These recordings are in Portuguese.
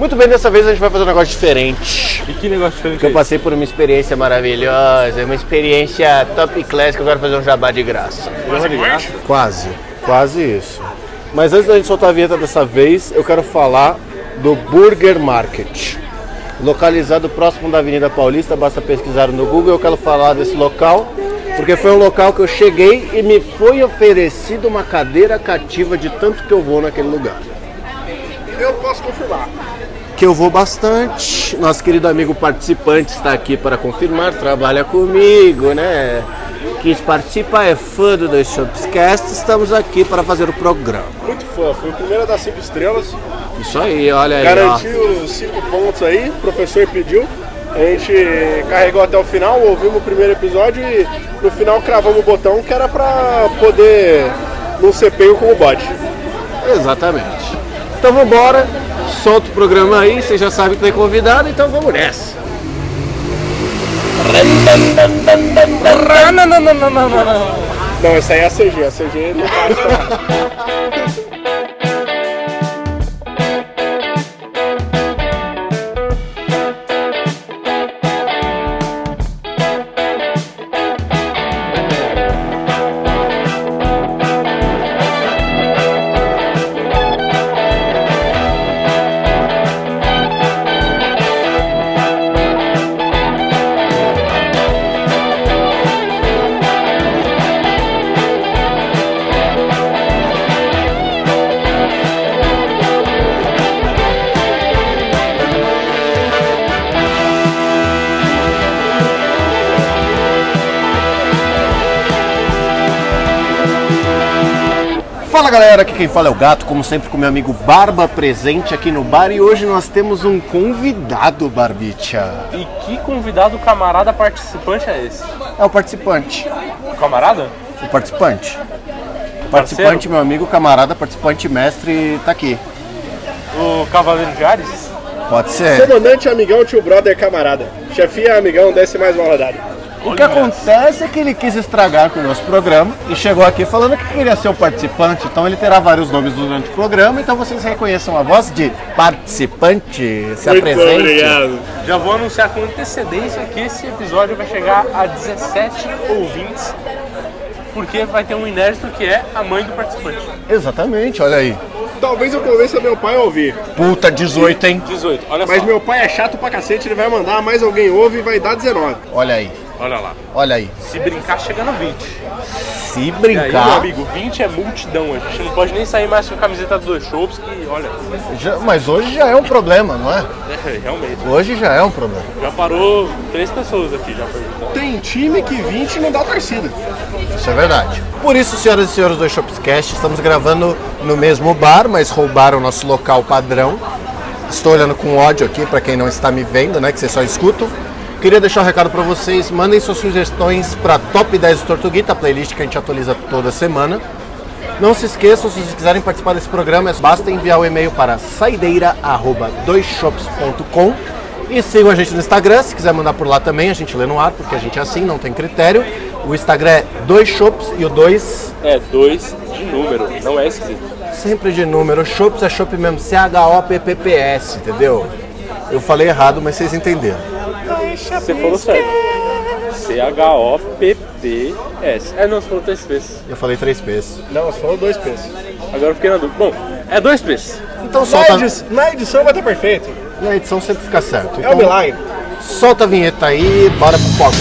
Muito bem, dessa vez a gente vai fazer um negócio diferente. E que negócio diferente? Porque eu passei por uma experiência maravilhosa, uma experiência top class que eu quero fazer um jabá de graça. Jabá de graça? Quase isso. Mas antes da gente soltar a vinheta dessa vez, eu quero falar do Burger Market. Localizado próximo da Avenida Paulista, basta pesquisar no Google. Eu quero falar desse local, porque foi um local que eu cheguei e me foi oferecido uma cadeira cativa de tanto que eu vou naquele lugar. Eu posso confirmar. Que eu vou bastante. Nosso querido amigo participante está aqui para confirmar, trabalha comigo, né? Quis participar, é fã do Dois Shopscast, estamos aqui para fazer o programa. Muito fã, foi o primeiro a dar 5 estrelas. Isso aí, olha aí. Garantiu os 5 pontos aí, o professor pediu. A gente carregou até o final, ouvimos o primeiro episódio e no final cravamos o botão que era para poder não ser pego como bode. Exatamente. Então vamos embora, solta o programa aí, você já sabe que tem convidado, então vamos nessa. Não, essa aí é a CG não basta. Fala galera, aqui quem fala é o Gato, como sempre com meu amigo Barba presente aqui no bar e hoje nós temos um convidado, Barbicha. E que convidado camarada participante é esse? É o participante. O camarada? O participante. Participante, meu amigo, camarada, participante, mestre, tá aqui. O Cavaleiro de Ares? Pode ser. Comandante, amigão, tio brother, camarada. Chefia, amigão, desce mais uma rodada. O que acontece é que ele quis estragar com o nosso programa e chegou aqui falando que queria ser o participante, então ele terá vários nomes durante o programa, então vocês reconheçam a voz de participante, se apresente. Muito obrigado. Já vou anunciar com antecedência que esse episódio vai chegar a 17 ouvintes, porque vai ter um inédito que é a mãe do participante. Exatamente, olha aí. Talvez eu convença meu pai a ouvir. Puta, 18, hein? 18, olha só. Mas meu pai é chato pra cacete, ele vai mandar, mais alguém ouve e vai dar 19. Olha aí. Olha lá. Olha aí. Se brincar, chega no 20. Se E aí, brincar... meu amigo, 20 é multidão. A gente não pode nem sair mais com a camiseta dos Dois Shops, que olha... Mas hoje já é um problema, não é? É, realmente. Hoje já é um problema. Já parou 3 pessoas aqui, já perguntando. Tem time que 20 não dá torcida. Isso é verdade. Por isso, senhoras e senhores do Shopscast, estamos gravando no mesmo bar, mas roubaram o nosso local padrão. Estou olhando com ódio aqui, para quem não está me vendo, né, que vocês só escutam. Queria deixar um recado para vocês, mandem suas sugestões para Top 10 do Tortuguita, a playlist que a gente atualiza toda semana. Não se esqueçam, se vocês quiserem participar desse programa, basta enviar o e-mail para saideira@doisshops.com e sigam a gente no Instagram, se quiser mandar por lá também, a gente lê no ar, porque a gente é assim, não tem critério. O Instagram é Dois Shops e o 2... É 2 de número, não é escrito. Sempre de número, Shops é Shop mesmo, CHOPPS, entendeu? Eu falei errado, mas vocês entenderam. Você falou certo. CHOPPS. É, não, você falou 3 P's. Eu falei 3 P's. Não, você falou 2 P's. Agora eu fiquei na dúvida. Bom, é 2 P's. Então solta... Na edição vai estar perfeito. Na edição sempre fica certo. É o milagre. Solta a vinheta aí, bora pro foco.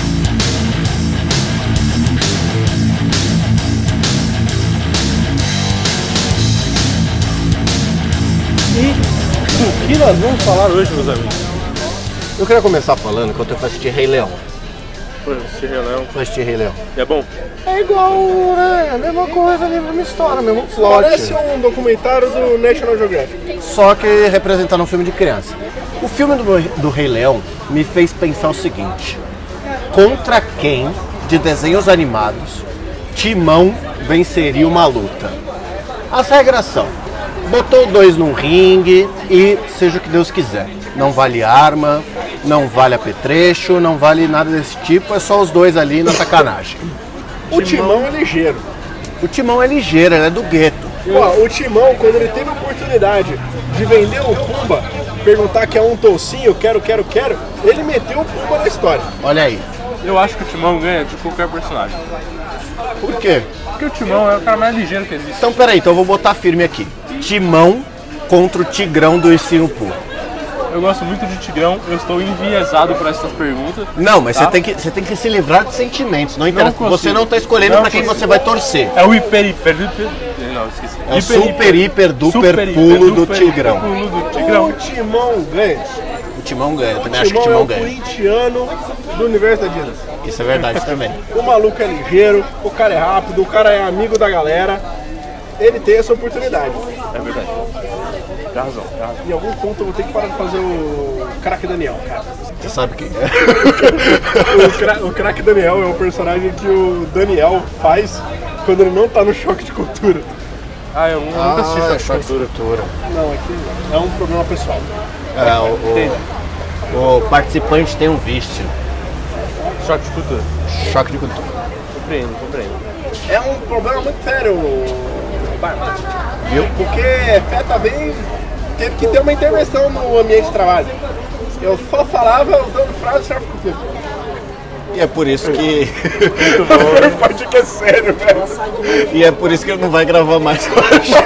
E o que nós vamos falar hoje, meus amigos? Eu queria começar falando que eu fui assistir Rei Leão. Foi assistir Rei Leão. Fui assistir Rei Leão. É bom? É igual, né? A mesma coisa, a mesma história, mesmo plot. Parece um documentário do National Geographic. Só que representando um filme de criança. O filme do Rei Leão me fez pensar o seguinte: contra quem de desenhos animados Timão venceria uma luta? As regras são: botou 2 num ringue e seja o que Deus quiser. Não vale arma, não vale apetrecho, não vale nada desse tipo, é só os 2 ali na sacanagem. O Timão é ligeiro. O Timão é ligeiro, ele é do gueto. Pô, o Timão, quando ele teve a oportunidade de vender o Pumba, perguntar que é um toucinho, quero, ele meteu o Pumba na história. Olha aí. Eu acho que o Timão ganha de qualquer personagem. Por quê? Porque o Timão é o cara mais ligeiro que existe. Então peraí, então eu vou botar firme aqui. Timão contra o Tigrão do Ursinho Pooh. Eu gosto muito de Tigrão, eu estou enviesado por essas perguntas. Não, mas tá? você tem que se livrar de sentimentos. Não interessa. consigo. Você não tá escolhendo Não pra quem consigo. você vai torcer. É o hiper. Não, esqueci. É o super, hiper, duper pulo do Tigrão. Pulo do Tigrão. O Timão ganha. O Timão ganha, eu O também acho que o Timão é Timão o ganha. corintiano do universo da Disney. Isso é verdade também. O maluco é ligeiro, o cara é rápido, o cara é amigo da galera. Ele tem essa oportunidade. É verdade. Tem razão. Em algum ponto eu vou ter que parar de fazer o craque Daniel, cara. Você sabe quem é? O craque Daniel é um personagem que o Daniel faz quando ele não tá no choque de cultura. Eu nunca assisti choque de cultura. Não, aqui é um problema pessoal. O participante tem um vício. Choque de cultura. Choque de cultura. Compreendo. É um problema muito sério, Bárbara. Viu? Porque Feta bem teve que ter uma intervenção no ambiente de trabalho. Eu só falava usando frases de choque de cultura. E é por isso que. Pode que é sério, velho. E é por isso que ele não vai gravar mais com a gente.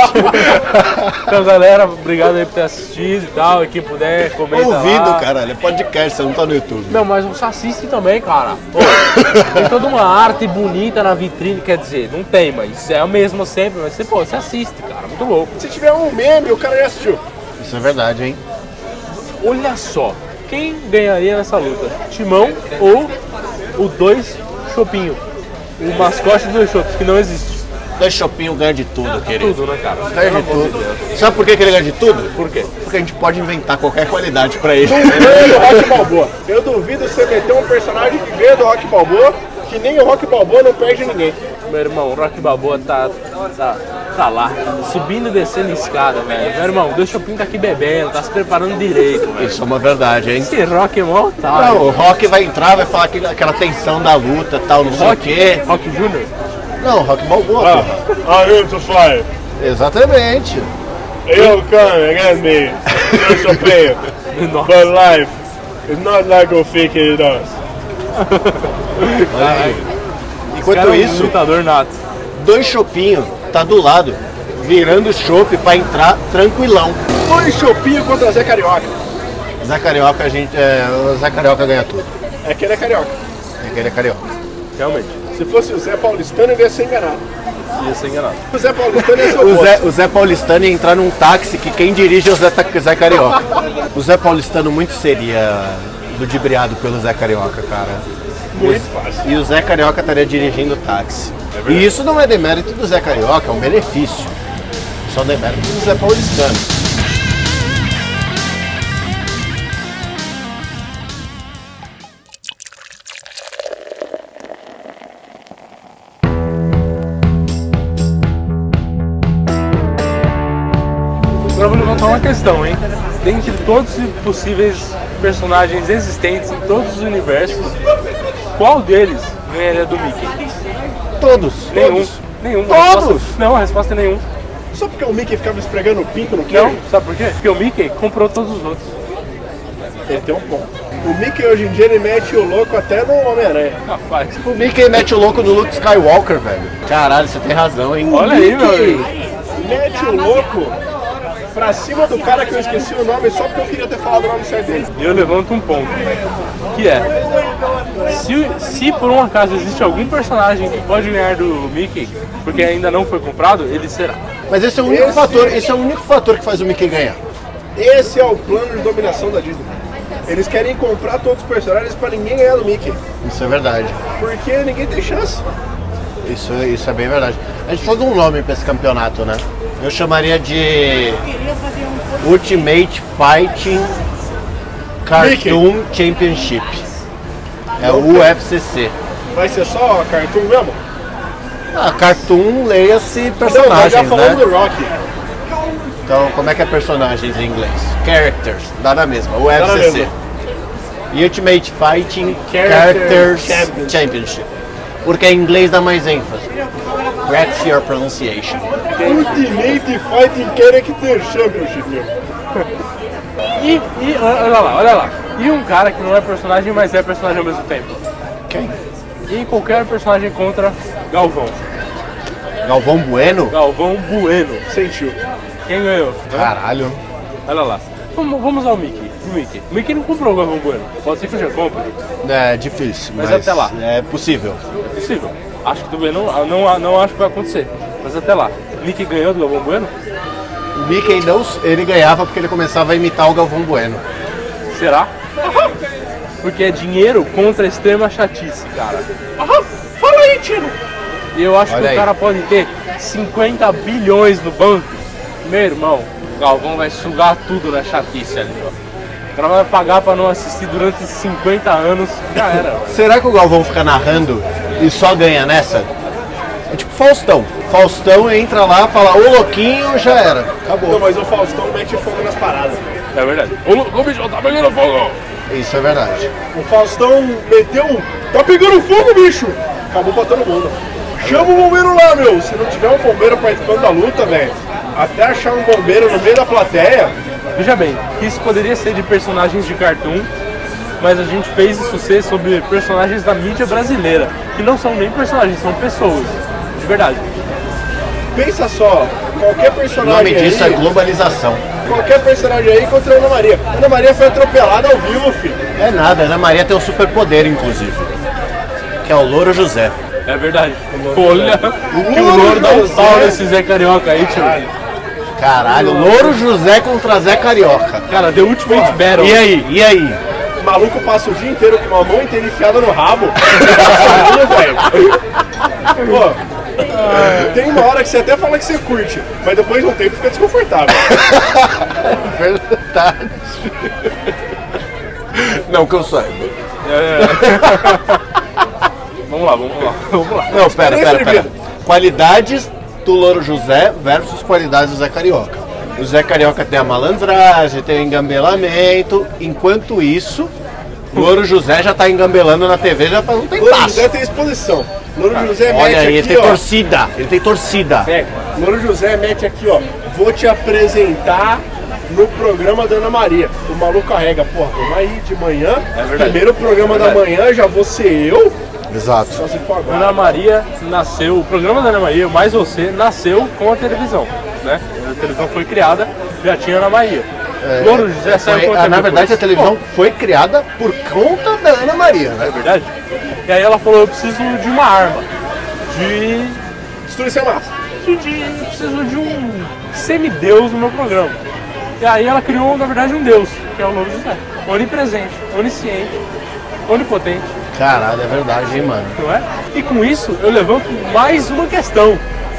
Então, galera, obrigado aí por ter assistido e tal. E quem puder, comenta Ouvindo, lá. caralho. É podcast, você não tá no YouTube. Não, mas você assiste também, cara. Pô, tem toda uma arte bonita na vitrine, quer dizer, não tem, mas é a mesma sempre. Mas você assiste, cara, muito louco. Se tiver um meme, o cara já assistiu. Isso é verdade, hein? Olha só, quem ganharia nessa luta? Timão ou o Dois Chopinho? O mascote do Dois Chopos, que não existe. Dois Chopinho ganha de tudo, querido. Tudo, né, cara? Ganha de tudo. Sabe por que ele ganha de tudo? Por quê? Porque a gente pode inventar qualquer qualidade pra ele. Ganha do Rock Balboa. Eu duvido você meter um personagem que ganha do Rock Balboa, que nem o Rock Balboa não perde ninguém. Meu irmão, o Rock Balboa tá lá, subindo e descendo escada, velho. Meu irmão, o Dois Chopinho tá aqui bebendo, tá se preparando direito, velho. Isso é uma verdade, hein? Esse Rock é mó otário. Não, o Rock vai entrar, vai falar aquela tensão da luta e tal, não sei o quê. Rock Jr.? Não, Rock Balboa. porra. I'm here to fight. Exatamente. You come against me, Dois Chopinho. But life is not like you think it does. Olha aí. Cara, Enquanto é um isso, lutador nato. Dois Chopinho tá do lado, virando o chopp pra entrar tranquilão. Dois Chopinho contra Zé Carioca. Zé Carioca, o Zé Carioca ganha tudo. É que ele é carioca. É que ele é carioca. Realmente, Se fosse o Zé Paulistano, ele ia ser enganado. ia ser enganado. O Zé Paulistano ia ser o O Zé Paulistano ia entrar num táxi que quem dirige é o Zé Carioca. O Zé Paulistano muito seria ludibriado pelo Zé Carioca, cara. Muito fácil. E o Zé Carioca estaria dirigindo o táxi. E isso não é demérito do Zé Carioca, é um benefício. Só demérito do Zé Paulistano. Agora eu vou levantar uma questão, hein? Dentre todos os possíveis personagens existentes em todos os universos, qual deles ganharia do Mickey? Todos. Nenhum. Nenhum. Todos? A resposta- não, a resposta é nenhum. Só porque o Mickey ficava esfregando o pinto no Não, queijo, sabe por quê? Porque o Mickey comprou todos os outros. ele tem um ponto. O Mickey hoje em dia ele mete o louco até no Homem-Aranha. Rapaz, O Mickey mete o louco no Luke Skywalker, velho. Caralho, você tem razão, hein? olha aí, meu amigo. Mete o louco pra cima do cara que eu esqueci o nome só porque eu queria ter falado o nome certo dele. E eu levanto um ponto, que é, se por um acaso existe algum personagem que pode ganhar do Mickey, porque ainda não foi comprado, ele será. Mas esse é o único fator, esse é o único fator que faz o Mickey ganhar. Esse é o plano de dominação da Disney. Eles querem comprar todos os personagens pra ninguém ganhar do Mickey. Isso é verdade. Porque ninguém tem chance. Isso é bem verdade. A gente precisa de um nome pra esse campeonato, né? Eu chamaria de Ultimate Fighting Cartoon Championship. É o UFCC. Vai ser só cartoon mesmo? Cartoon, leia-se Não, nós personagens, já falamos né? do Rocky. Então, como é que é personagens em inglês? Characters, dá na mesma, Dá na UFCC. mesma. E Ultimate Fighting Character Characters Championship. Porque em inglês dá mais ênfase. Practice your pronunciation. Ultimate Fighting Character Championship, meu. E olha lá. E um cara que não é personagem, mas é personagem ao mesmo tempo. Quem? E qualquer personagem contra Galvão. Galvão Bueno? Galvão Bueno. Sentiu. Quem ganhou? Caralho. Olha lá. Vamos ao Mickey. O Mickey não comprou o Galvão Bueno. Pode ser que eu já compre. É difícil, Mas até lá. é possível. É possível. Acho que também não acho que vai acontecer. Mas até lá. Mickey ganhou do Galvão Bueno? O Mickey não, ele ganhava porque ele começava a imitar o Galvão Bueno. Será? Porque é dinheiro contra a extrema chatice, cara. Fala aí, Tino. E eu acho Olha que aí. o cara pode ter 50 bilhões no banco. Meu irmão, o Galvão vai sugar tudo na chatice ali, ó. O cara vai pagar pra não assistir durante 50 anos. Já era. Será que o Galvão fica narrando e só ganha nessa? É tipo Faustão. Faustão entra lá, fala, ô louquinho, já era. Não, Acabou. mas o Faustão mete fogo nas paradas. É verdade. Ô bicho, tá pegando fogo! Isso é verdade. O Faustão meteu. Tá pegando fogo, bicho! Acabou pra todo mundo. Chama o bombeiro lá, meu! Se não tiver um bombeiro participando da luta, velho, até achar um bombeiro no meio da plateia. Veja bem, isso poderia ser de personagens de cartoon, mas a gente fez isso ser sobre personagens da mídia brasileira, que não são nem personagens, são pessoas, de verdade. Pensa só, qualquer O personagem nome disso é aí, globalização. qualquer personagem aí contra a Ana Maria. Ana Maria foi atropelada ao vivo, filho. É nada, a Ana Maria tem um superpoder, inclusive. Que é o Louro José. É verdade. Olha, que o Louro Louro dá um José. pau nesse Zé Carioca aí, tio. Caralho, Louro José contra Zé Carioca. Cara, The Ultimate Battle. E aí? E aí? O maluco passa o dia inteiro com uma mão inteira enfiada no rabo. Sozinho, velho. Pô, tem uma hora que você até fala que você curte, mas depois de um tempo fica desconfortável. Verdade. Não que eu saiba. Vamos lá. Não, pera. Qualidades do Louro José versus qualidades do Zé Carioca. O Zé Carioca tem a malandragem, tem o engambelamento. Enquanto isso, o Louro José já tá engambelando na TV já faz um tempo. Louro José tem exposição. Louro José Olha mete aí, aqui, ele tem ó. torcida. Ele tem torcida. Louro José mete aqui, ó. Vou te apresentar no programa da Ana Maria. O maluco carrega, porra, vamos aí de manhã. É verdade. Primeiro programa da manhã, já vou ser eu. Exato. Só se for agora. Ana Maria nasceu, o programa da Ana Maria, mais você, nasceu com a televisão, né? A televisão foi criada, já tinha Ana Maria. Louro José saiu com a Na verdade, a televisão foi criada por conta da Ana Maria, É né? verdade? E aí ela falou, eu preciso de uma arma, de Destruição massa. eu preciso de um semideus no meu programa. E aí ela criou, na verdade, um deus, que é o Louro José. Onipresente, onisciente, onipotente, Caralho, é verdade, hein, mano. não é? E com isso eu levanto mais uma questão.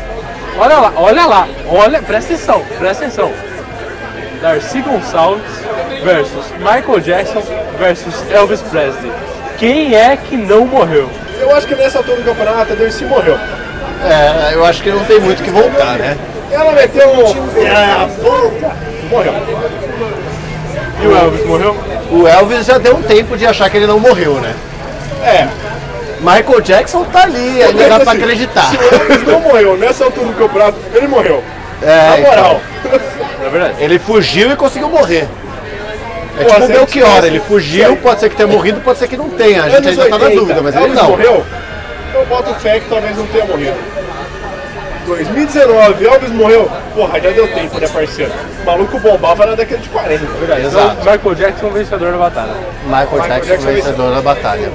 Olha, presta atenção. Darcy Gonçalves versus Michael Jackson versus Elvis Presley. Quem é que não morreu? Eu acho que nessa altura do campeonato a Darcy morreu. É, eu acho que não tem muito o que voltar, né? Ela meteu um. Puta! Morreu. E o Elvis morreu? O Elvis já deu um tempo de achar que ele não morreu, né? É. Michael Jackson tá ali, ainda dá pra Assim, acreditar. Se o Elvis não morreu nessa altura do campeonato, ele morreu. É, Na moral. É verdade. Ele fugiu e conseguiu morrer. É Pô, tipo o se Belchior, tivesse- ele fugiu, pode ser que tenha morrido, pode ser que não tenha. A gente ainda tá na dúvida, mas ele Elvis não. morreu? Eu boto fé que talvez não tenha morrido. 2019, Elvis morreu. Porra, já deu tempo, né, parceiro? O maluco bombava na década de 40. Verdade. Exato. Então, Michael Jackson vencedor da batalha. Michael Jackson Jackson vencedor da batalha.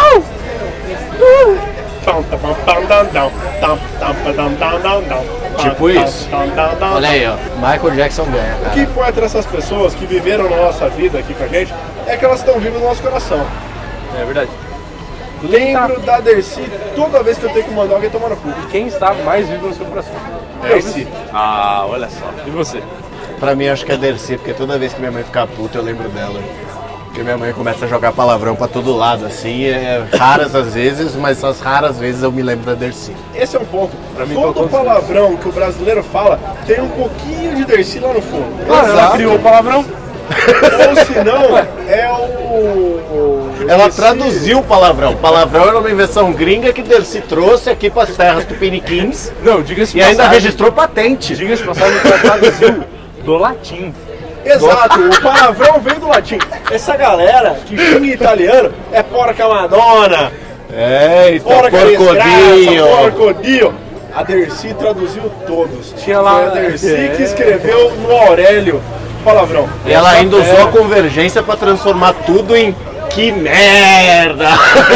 Tipo isso. Olha aí, ó. Michael Jackson ganha, O que cara. importa dessas pessoas que viveram na nossa vida aqui com a gente é que elas estão vivas no nosso coração. É verdade. Lembro da Dercy toda vez que eu tenho que mandar alguém tomar no cu. Quem está mais vivo no seu coração? Dercy. Ah, olha só. E você? Pra mim, acho que é Dercy, porque toda vez que minha mãe fica puta, eu lembro dela. Porque minha mãe começa a jogar palavrão pra todo lado, assim, raras às vezes, mas as raras vezes eu me lembro da Dercy. Esse é um ponto. Pra mim, Todo todos palavrão que o brasileiro fala tem um pouquinho de Dercy lá no fundo. Claro, ela Exato. criou o palavrão. Ou se não, é o... Ela Dercy- traduziu o palavrão. Palavrão era uma invenção gringa que Dercy trouxe aqui para as terras tupiniquins Não, diga-se e ainda registrou patente. Diga-se de passagem que ela traduziu do latim. Exato, o palavrão veio do latim. Essa galera que xinga em italiano é porca madonna, Eita, porcodinho. Porcodinho. A Dercy traduziu todos. Tinha lá- Foi a Dercy que escreveu no Aurélio o palavrão. E ela ainda usou a convergência pra transformar tudo em que merda!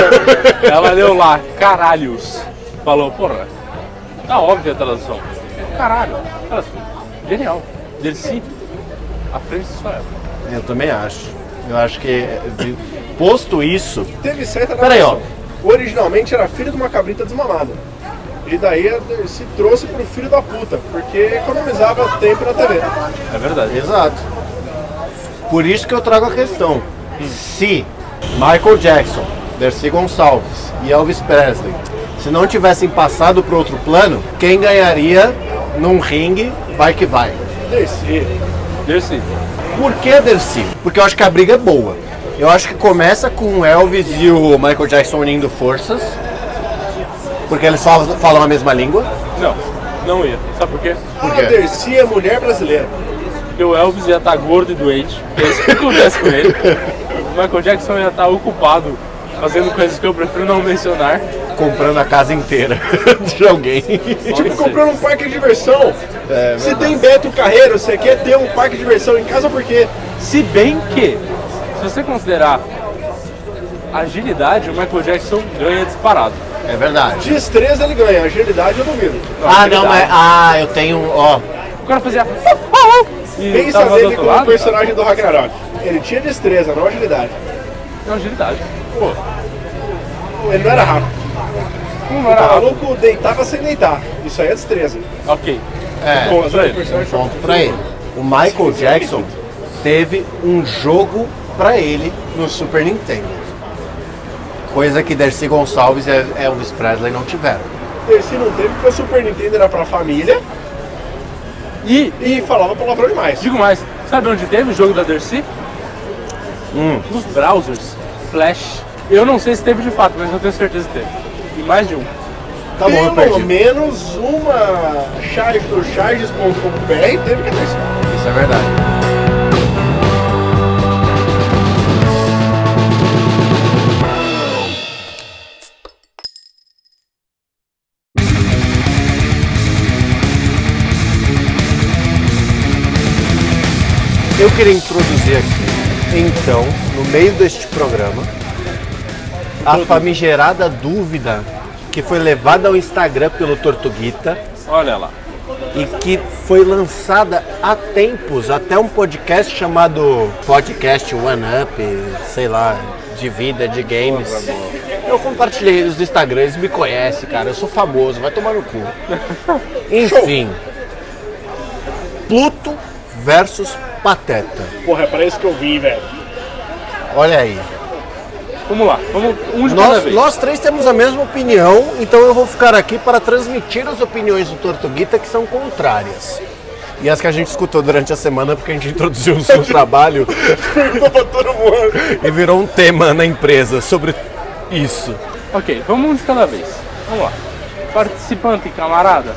Ela leu lá, caralhos. Falou, porra, tá óbvia a tradução. Caralho. Olha só, genial. Dercy, à frente de sua época. Eu também acho. Eu acho que, posto isso... Teve certa Peraí, ó. Originalmente era filho de uma cabrita desmamada. E daí a Dercy trouxe pro filho da puta, porque economizava tempo na TV. É verdade. Exato. Por isso que eu trago a questão. Se Michael Jackson, Dercy Gonçalves e Elvis Presley, se não tivessem passado para outro plano, quem ganharia num ringue vai que vai? Dercy. Dercy. Por que Dercy? Porque eu acho que a briga é boa. Eu acho que começa com o Elvis e o Michael Jackson unindo forças, porque eles falam a mesma língua. Não ia. Sabe por quê? Por A quê? Dercy é mulher brasileira. Porque o Elvis ia estar gordo e doente. É isso que acontece com ele. O Michael Jackson ia estar ocupado fazendo coisas que eu prefiro não mencionar. Comprando a casa inteira de alguém. Tipo, comprando um parque de diversão. Se tem Beto Carreiro, você quer ter um parque de diversão em casa por quê? Se bem que, se você considerar agilidade, o Michael Jackson ganha disparado. É verdade. Destreza ele ganha, agilidade eu duvido. Eu tenho, ó. O cara fazia... E Pensa tava do nele outro como lado, personagem do Ragnarok. Ele tinha destreza, não agilidade. não, agilidade. Pô, Ele não era rápido. não O era rápido. maluco deitava sem deitar. Isso aí é destreza. Ok. É, Bom, mas pra o ele. personagem ponto pra ele. O Michael Jackson teve um jogo pra ele no Super Nintendo. Coisa que Dercy Gonçalves e Elvis Presley não tiveram. Dercy não teve porque o Super Nintendo era pra família e falava palavrão demais. Digo mais, sabe onde teve o jogo da Dercy? Nos browsers, Flash. Eu não sei se teve de fato, mas eu tenho certeza que teve. E mais de um. Tá bom, eu Pelo perdi. menos uma charge do charges.com.br teve que ter isso. Isso é verdade. Eu queria introduzir aqui, então, no meio deste programa, a famigerada dúvida que foi levada ao Instagram pelo Tortuguita Olha lá. e que foi lançada há tempos, até um podcast chamado Podcast One Up, sei lá, de vida, de games. Eu compartilhei eles no Instagram, eles me conhecem, cara, eu sou famoso, vai tomar no cu. Enfim, Pluto versus Pateta. Porra, é pra isso que eu vim, velho. Olha aí. Vamos lá, vamos um de cada vez. Nós três temos a mesma opinião, então eu vou ficar aqui para transmitir as opiniões do Tortuguita que são contrárias. E as que a gente escutou durante a semana, porque a gente introduziu no seu trabalho Perguntou pra todo mundo. e virou um tema na empresa sobre isso. Ok, vamos um de cada vez. Vamos lá. Participante, camarada.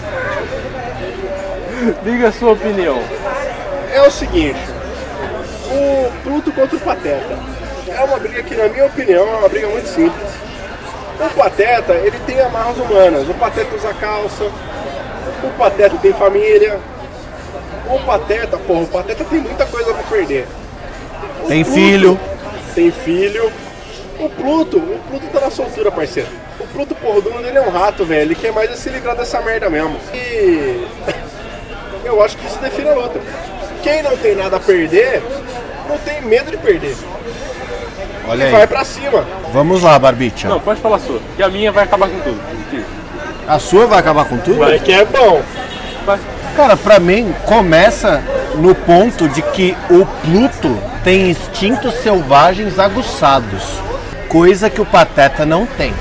Diga a sua opinião. É o seguinte, o Pluto contra o Pateta é uma briga que, na minha opinião, é uma briga muito simples. O Pateta, ele tem amarras humanas. O Pateta usa calça, o Pateta tem família. O Pateta tem muita coisa pra perder. O Tem Pluto filho. Tem filho. O Pluto tá na soltura, parceiro. O Pluto, porra, o dono dele é um rato, velho. Ele quer mais é se livrar dessa merda mesmo. E eu acho que isso define a luta. Quem não tem nada a perder, não tem medo de perder. Olha E vai pra cima. Vamos lá, Barbicha. Não, pode falar a sua, que a minha vai acabar com tudo. A sua vai acabar com tudo? Vai que é bom. Vai. Cara, pra mim, começa no ponto de que o Pluto tem instintos selvagens aguçados. Coisa que o Pateta não tem.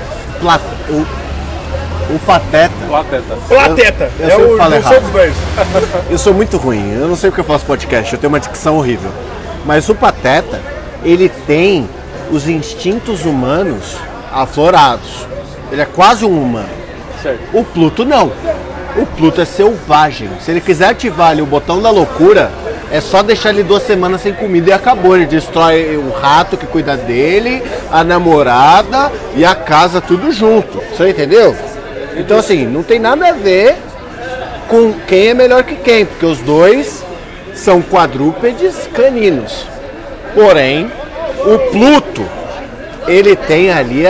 O Pateta... Plateta. Eu é sempre o falo junção errado. dos dois. Eu sou muito ruim, eu não sei porque eu faço podcast, eu tenho uma dicção horrível. Mas o Pateta, ele tem os instintos humanos aflorados. Ele é quase um humano. Certo. O Pluto não. O Pluto é selvagem. Se ele quiser ativar ali o botão da loucura, É só deixar ele 2 semanas sem comida e acabou. Ele destrói o rato que cuida dele, a namorada e a casa tudo junto. Você entendeu? Então assim, não tem nada a ver com quem é melhor que quem, porque os dois são quadrúpedes caninos. Porém, o Pluto, ele tem ali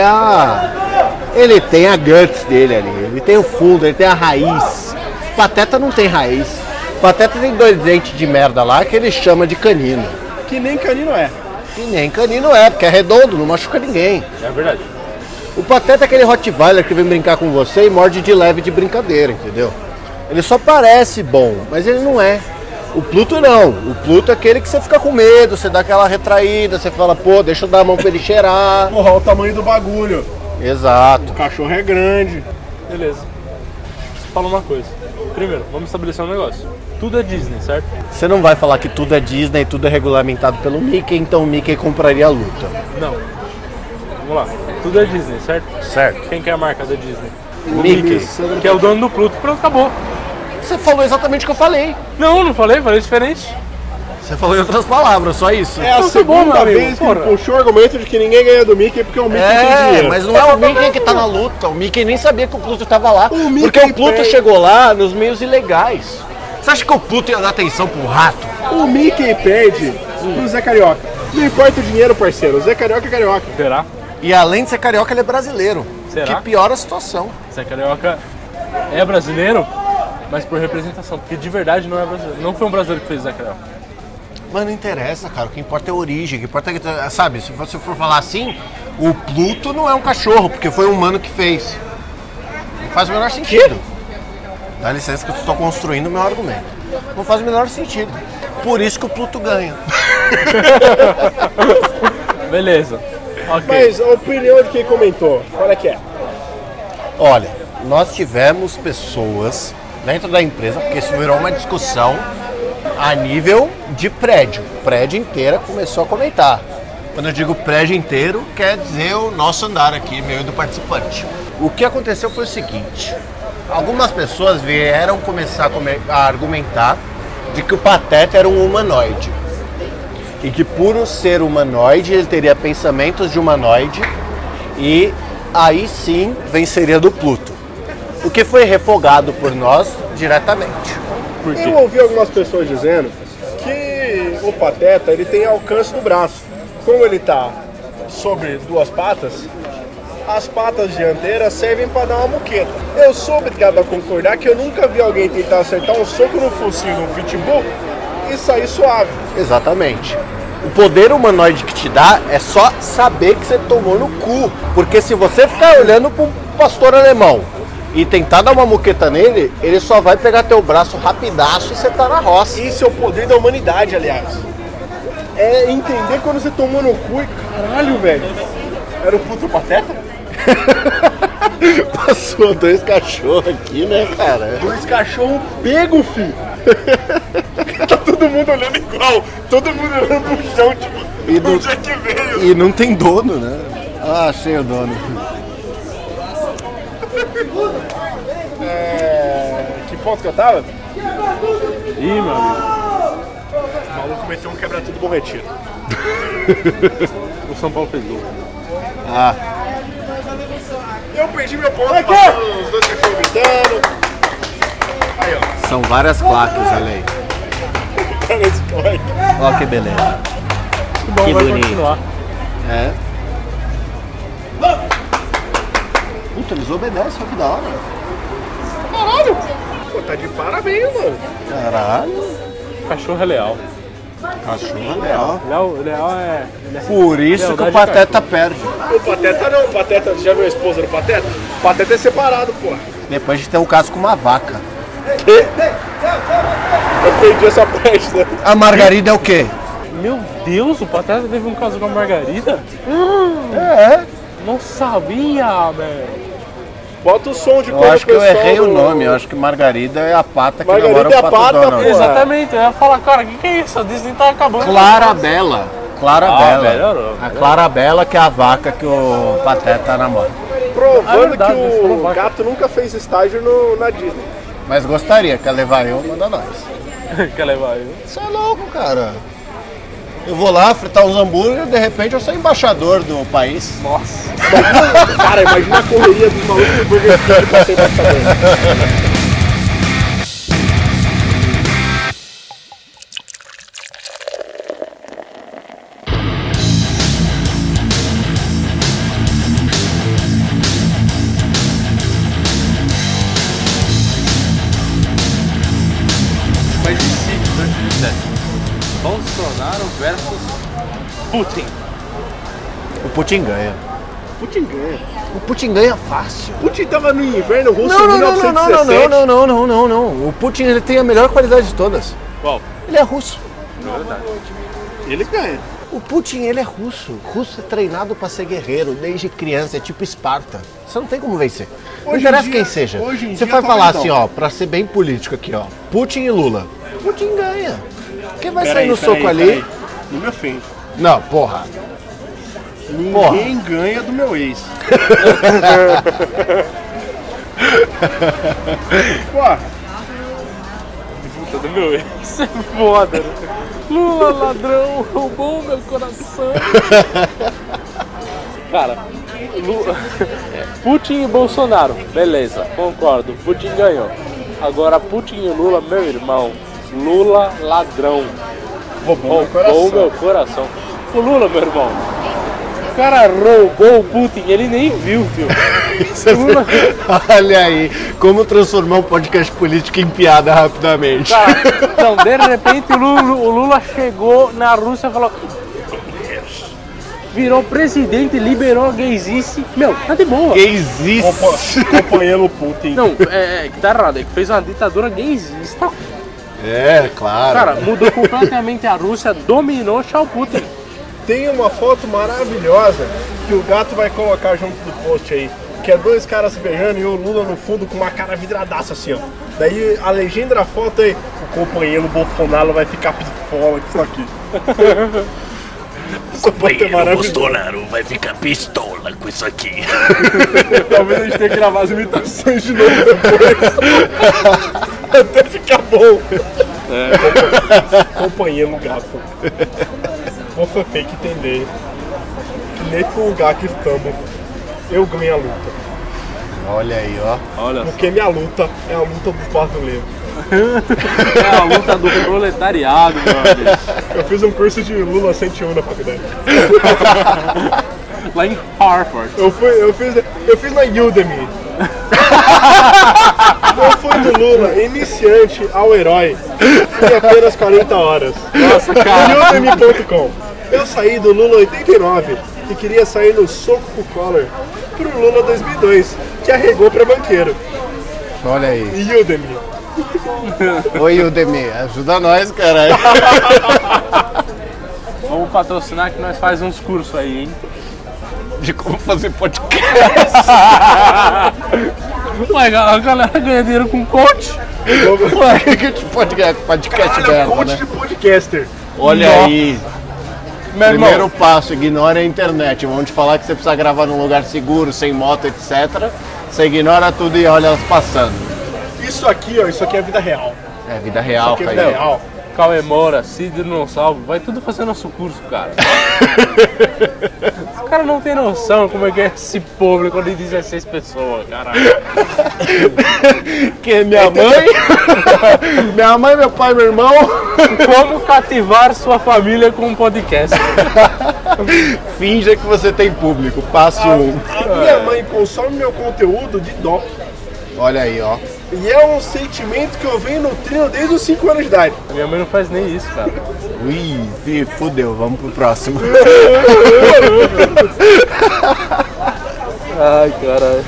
ele tem a guts dele ali, ele tem o fundo, ele tem a raiz. O Pateta não tem raiz. O Pateta tem 2 dentes de merda lá que ele chama de canino. Que nem canino é. Que nem canino é, porque é redondo, não machuca ninguém. É verdade. O Pateta é aquele Rottweiler que vem brincar com você e morde de leve de brincadeira, entendeu? Ele só parece bom, mas ele não é. O Pluto não. O Pluto é aquele que você fica com medo, você dá aquela retraída, você fala, pô, deixa eu dar a mão pra ele cheirar. Porra, olha o tamanho do bagulho. Exato. O cachorro é grande. Beleza. Fala uma coisa. Primeiro, vamos estabelecer um negócio. Tudo é Disney, certo? Você não vai falar que tudo é Disney, tudo é regulamentado pelo Mickey, então o Mickey compraria a luta. Não. Vamos lá. Tudo é Disney, certo? Certo. Quem que é a marca da Disney? Mickey. Que é o dono do Pluto. Pronto, acabou. Você falou exatamente o que eu falei. Não falei diferente. Você falou em outras palavras, só isso. É a segunda vez que ele puxou o argumento de que ninguém ganha do Mickey porque o Mickey tem dinheiro. Mas não é o Mickey que tá na luta. O Mickey nem sabia que o Pluto tava lá. Porque o Pluto pede. chegou lá nos meios ilegais. Você acha que o Pluto ia dar atenção pro rato? O Mickey pede pro Zé Carioca. Não importa o dinheiro, parceiro. O Zé Carioca é carioca. Será? E além de ser carioca, ele é brasileiro. Será? Que piora a situação. Zé Carioca é brasileiro, mas por representação. Porque de verdade não é brasileiro. Não foi um brasileiro que fez Zé Carioca. Mas não interessa, cara. O que importa é a origem. O que importa é, sabe, se você for falar assim, o Pluto não é um cachorro, porque foi um humano que fez. Não faz o menor sentido. Dá licença que eu estou construindo o meu argumento. Não faz o menor sentido. Por isso que o Pluto ganha. Beleza. Ok. Mas a opinião de quem comentou, qual é que é? Olha, nós tivemos pessoas dentro da empresa, porque isso virou uma discussão a nível de prédio. O prédio inteiro começou a comentar. Quando eu digo prédio inteiro, quer dizer o nosso andar aqui, meio do participante. O que aconteceu foi o seguinte. Algumas pessoas vieram começar a argumentar de que o Pateta era um humanoide. E que por ser humanoide, ele teria pensamentos de humanoide e aí sim venceria do Pluto. O que foi refogado por nós diretamente. Por quê? Eu ouvi algumas pessoas dizendo que o Pateta ele tem alcance do braço. Como ele tá sobre 2 patas, as patas dianteiras servem para dar uma muqueta. Eu sou obrigado a concordar que eu nunca vi alguém tentar acertar um soco no focinho de um pitbull e sair suave. Exatamente. O poder humanoide que te dá é só saber que você tomou no cu. Porque se você ficar olhando para um pastor alemão e tentar dar uma muqueta nele, ele só vai pegar teu braço rapidaço e você tá na roça. Isso é o poder da humanidade, aliás. É entender quando você tomou no cu e caralho, velho. Era o puto Pateta? Passou 2 cachorros aqui, né, cara? 2 cachorros pegos, filho. Tá todo mundo olhando igual. Todo mundo olhando pro chão, tipo, E do- onde é que veio? E não tem dono, né? Ah, achei o dono. Que ponto que eu tava? Ih, meu amigo. O maluco meteu um quebra tudo bom retiro. O São Paulo fez gol. Ah, Eu perdi meu ponto, passando os 2 cachorros gritando. Aí, ó. são várias claques, olha aí. Cara, esse moleque. Olha que beleza. Que bom, Que vai bonito. continuar. É. Puta, eles obedecem, olha que da hora. Caralho. Pô, tá de parabéns, mano. Caralho. Cachorro é leal. Cachorro leal. Leal é... Por isso que o Lealdade Pateta perde. O Pateta não, o Pateta, você já viu a esposa do Pateta? O Pateta é separado, pô. Depois de ter um caso com uma vaca. Eu perdi essa parte, né? A Margarida é o quê? Meu Deus, o Pateta teve um caso com a Margarida? É. Não sabia, velho. Bota o som de Eu quando acho que eu pessoal errei o do- nome. Eu acho que Margarida é a pata que Margarida namora é a o Pato pata, Donald. pô. Exatamente, eu ia falar, cara, o que é isso? A Disney tá acabando. Clarabella. Clarabella. melhorou, A Clarabella que é a vaca que o Pateta namora. Provando verdade, que eles o falam vaca. gato nunca fez estágio na Disney. Mas gostaria, quer levar eu, manda nós. Quer levar eu? Você é louco, cara. Eu vou lá fritar uns hambúrguer e de repente eu sou embaixador do país. Nossa. Cara, imagina a correria dos malucos do Burger King pra ser embaixador. Mas e se 2017? Bolsonaro versus Putin. O Putin ganha. Putin ganha. O Putin ganha fácil. Putin tava no inverno russo Não, em não, não, não, não, 1917. não, não, não, não, não. O Putin ele tem a melhor qualidade de todas. Qual? Ele é russo. Não é verdade. Ele ganha. O Putin ele é russo. Russo é treinado pra ser guerreiro desde criança, é tipo Esparta. Você não tem como vencer. Não Hoje em interessa dia- quem seja. hoje em Você dia vai tá falar legal. assim, ó, pra ser bem político aqui, ó. Putin e Lula. Putin ganha. Quem vai sair Peraí, no peraí, soco ali? peraí. Não me ofende. Não, porra. Ninguém ganha do meu ex. Pô, Puta do meu ex. Isso é foda, né? Lula, ladrão, roubou meu coração. Cara, Putin e Bolsonaro, beleza, concordo. Putin ganhou. Agora Putin e Lula, meu irmão. Lula, ladrão. roubou meu Roubou coração. meu coração. O Lula, meu irmão. O cara roubou o Putin, ele nem viu, filho. Lula, Olha aí, como transformar um podcast político em piada rapidamente. cara, então, de repente o Lula chegou na Rússia e falou. Virou presidente, liberou a gaysice. Meu, tá de boa. Que existe. Acompanhando o Putin. Não, que tá errado, é que fez uma ditadura gaysista. É, claro. Cara, mudou completamente a Rússia, dominou Xau Putin. Tem uma foto maravilhosa que o gato vai colocar junto do post aí. Que é dois caras se beijando e o Lula no fundo com uma cara vidradaça assim, ó. Daí a legenda da foto aí, o companheiro Bolsonaro vai ficar pistola com isso aqui. Essa foto é maravilhosa. Bolsonaro vai ficar pistola com isso aqui. Talvez a gente tenha que gravar as imitações de novo depois. Até ficar bom. Companheiro gato. Você tem que entender que nesse lugar que estamos, eu ganho a luta. Olha aí, ó. Olha, Porque minha luta é a luta dos brasileiros. é a luta do proletariado, meu amigo. Eu fiz um curso de Lula 101 na faculdade. Lá em Harvard. Eu fiz na Udemy. Eu fui do Lula, iniciante ao herói, em apenas 40 horas. Nossa, cara. Udemy.com. Eu saí do Lula 89 e queria sair no soco pro Collor pro Lula 2002, que arregou pra banqueiro. Olha aí. Udemy. Oi, Udemy, ajuda nós, caralho. Vamos patrocinar que nós faz uns cursos aí, hein? De como fazer podcast. Ué, a galera ganha dinheiro com coach. Ué, que tipo podcast Olha, merda, coach né? de podcaster. Olha Nossa. aí. Meu Primeiro irmão, passo, ignore a internet. Vamos te falar que você precisa gravar num lugar seguro, sem moto, etc. Você ignora tudo e olha elas passando. Isso aqui, ó, isso aqui é vida real. É vida real, Isso aqui é vida Caio. real. Cauê Moura, Cid não salvo, vai tudo fazer nosso curso, cara. Os caras não tem noção como é que é esse público de 16 pessoas, caralho. Que minha mãe, minha mãe, meu pai, meu irmão. Como cativar sua família com um podcast? Finja que você tem público. Passo 1. A minha mãe consome meu conteúdo de dó. Olha aí, ó. E é um sentimento que eu venho nutrindo desde os 5 anos de idade. Minha mãe não faz nem isso, cara. Ui, fudeu, vamos pro próximo. Ai, caralho.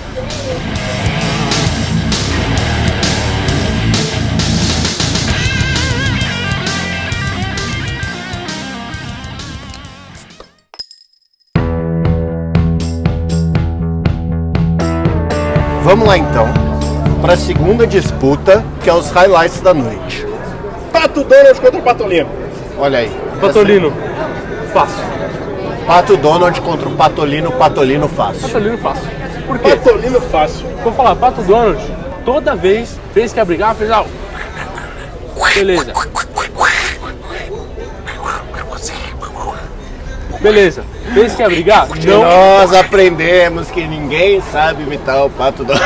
Vamos lá então, para a segunda disputa, que é os highlights da noite. Pato Donald contra o Patolino. Olha aí. Patolino, fácil. Pato Donald contra o Patolino, Patolino fácil. Patolino fácil. Por quê? Patolino fácil. Vou falar, Pato Donald, toda vez que ia brigar, fez algo. Beleza. Beleza. Fez que ia brigar? Não. Nós aprendemos que ninguém sabe imitar o Pato Donald.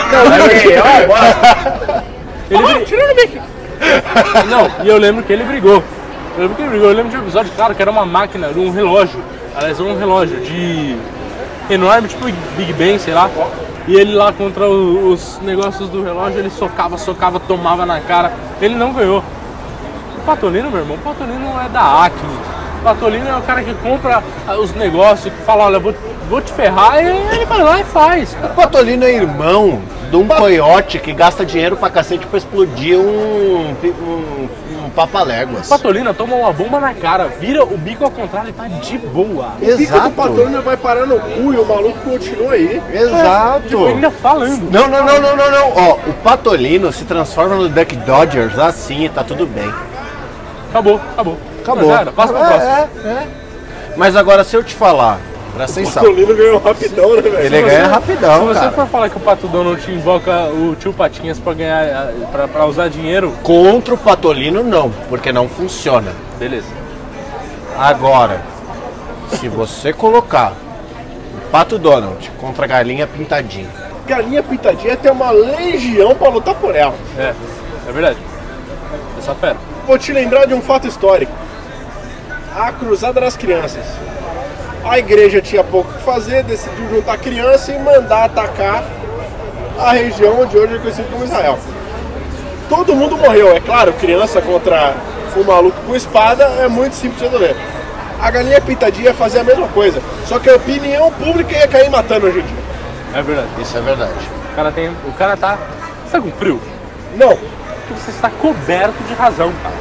Não, e eu lembro que ele brigou. Eu lembro de um episódio, claro, que era uma máquina, um relógio. Aliás, um relógio de enorme, tipo Big Ben, sei lá. E ele lá contra os negócios do relógio, ele socava, tomava na cara. Ele não ganhou. O Patolino, meu irmão, o Patolino é da Acme. O Patolino é o cara que compra os negócios, que fala, olha, vou te ferrar, e ele vai lá e faz, cara. O Patolino é irmão de um coiote que gasta dinheiro pra cacete pra explodir um papaléguas. O Patolino toma uma bomba na cara, vira o bico ao contrário e tá de boa. O bico do Patolino vai parar no cu e o maluco continua aí. Exato. Tipo, ainda falando. Não. Ó, o Patolino se transforma no Duck Dodgers assim e tá tudo bem. Acabou. Cara, passa pro próximo. Mas agora, se eu te falar, presta O atenção. Patolino ganhou rapidão, né, velho? Ele ganha rapidão, Se você cara. for falar que o Pato Donald invoca o tio Patinhas pra ganhar, pra usar dinheiro, Contra o Patolino, não, porque não funciona. beleza. Agora, se você colocar o Pato Donald contra a Galinha Pintadinha, Galinha Pintadinha tem uma legião pra lutar por ela. É verdade. Essa fera. Vou te lembrar de um fato histórico. A Cruzada das Crianças. A igreja tinha pouco o que fazer, decidiu juntar criança e mandar atacar a região onde hoje é conhecido como Israel. Todo mundo morreu, é claro, criança contra um maluco com espada é muito simples de resolver. A Galinha Pintadinha ia fazer a mesma coisa, só que a opinião pública ia cair matando hoje em dia. É verdade. isso é verdade. O cara tá... Você tá com frio? Não, Porque você está coberto de razão, cara.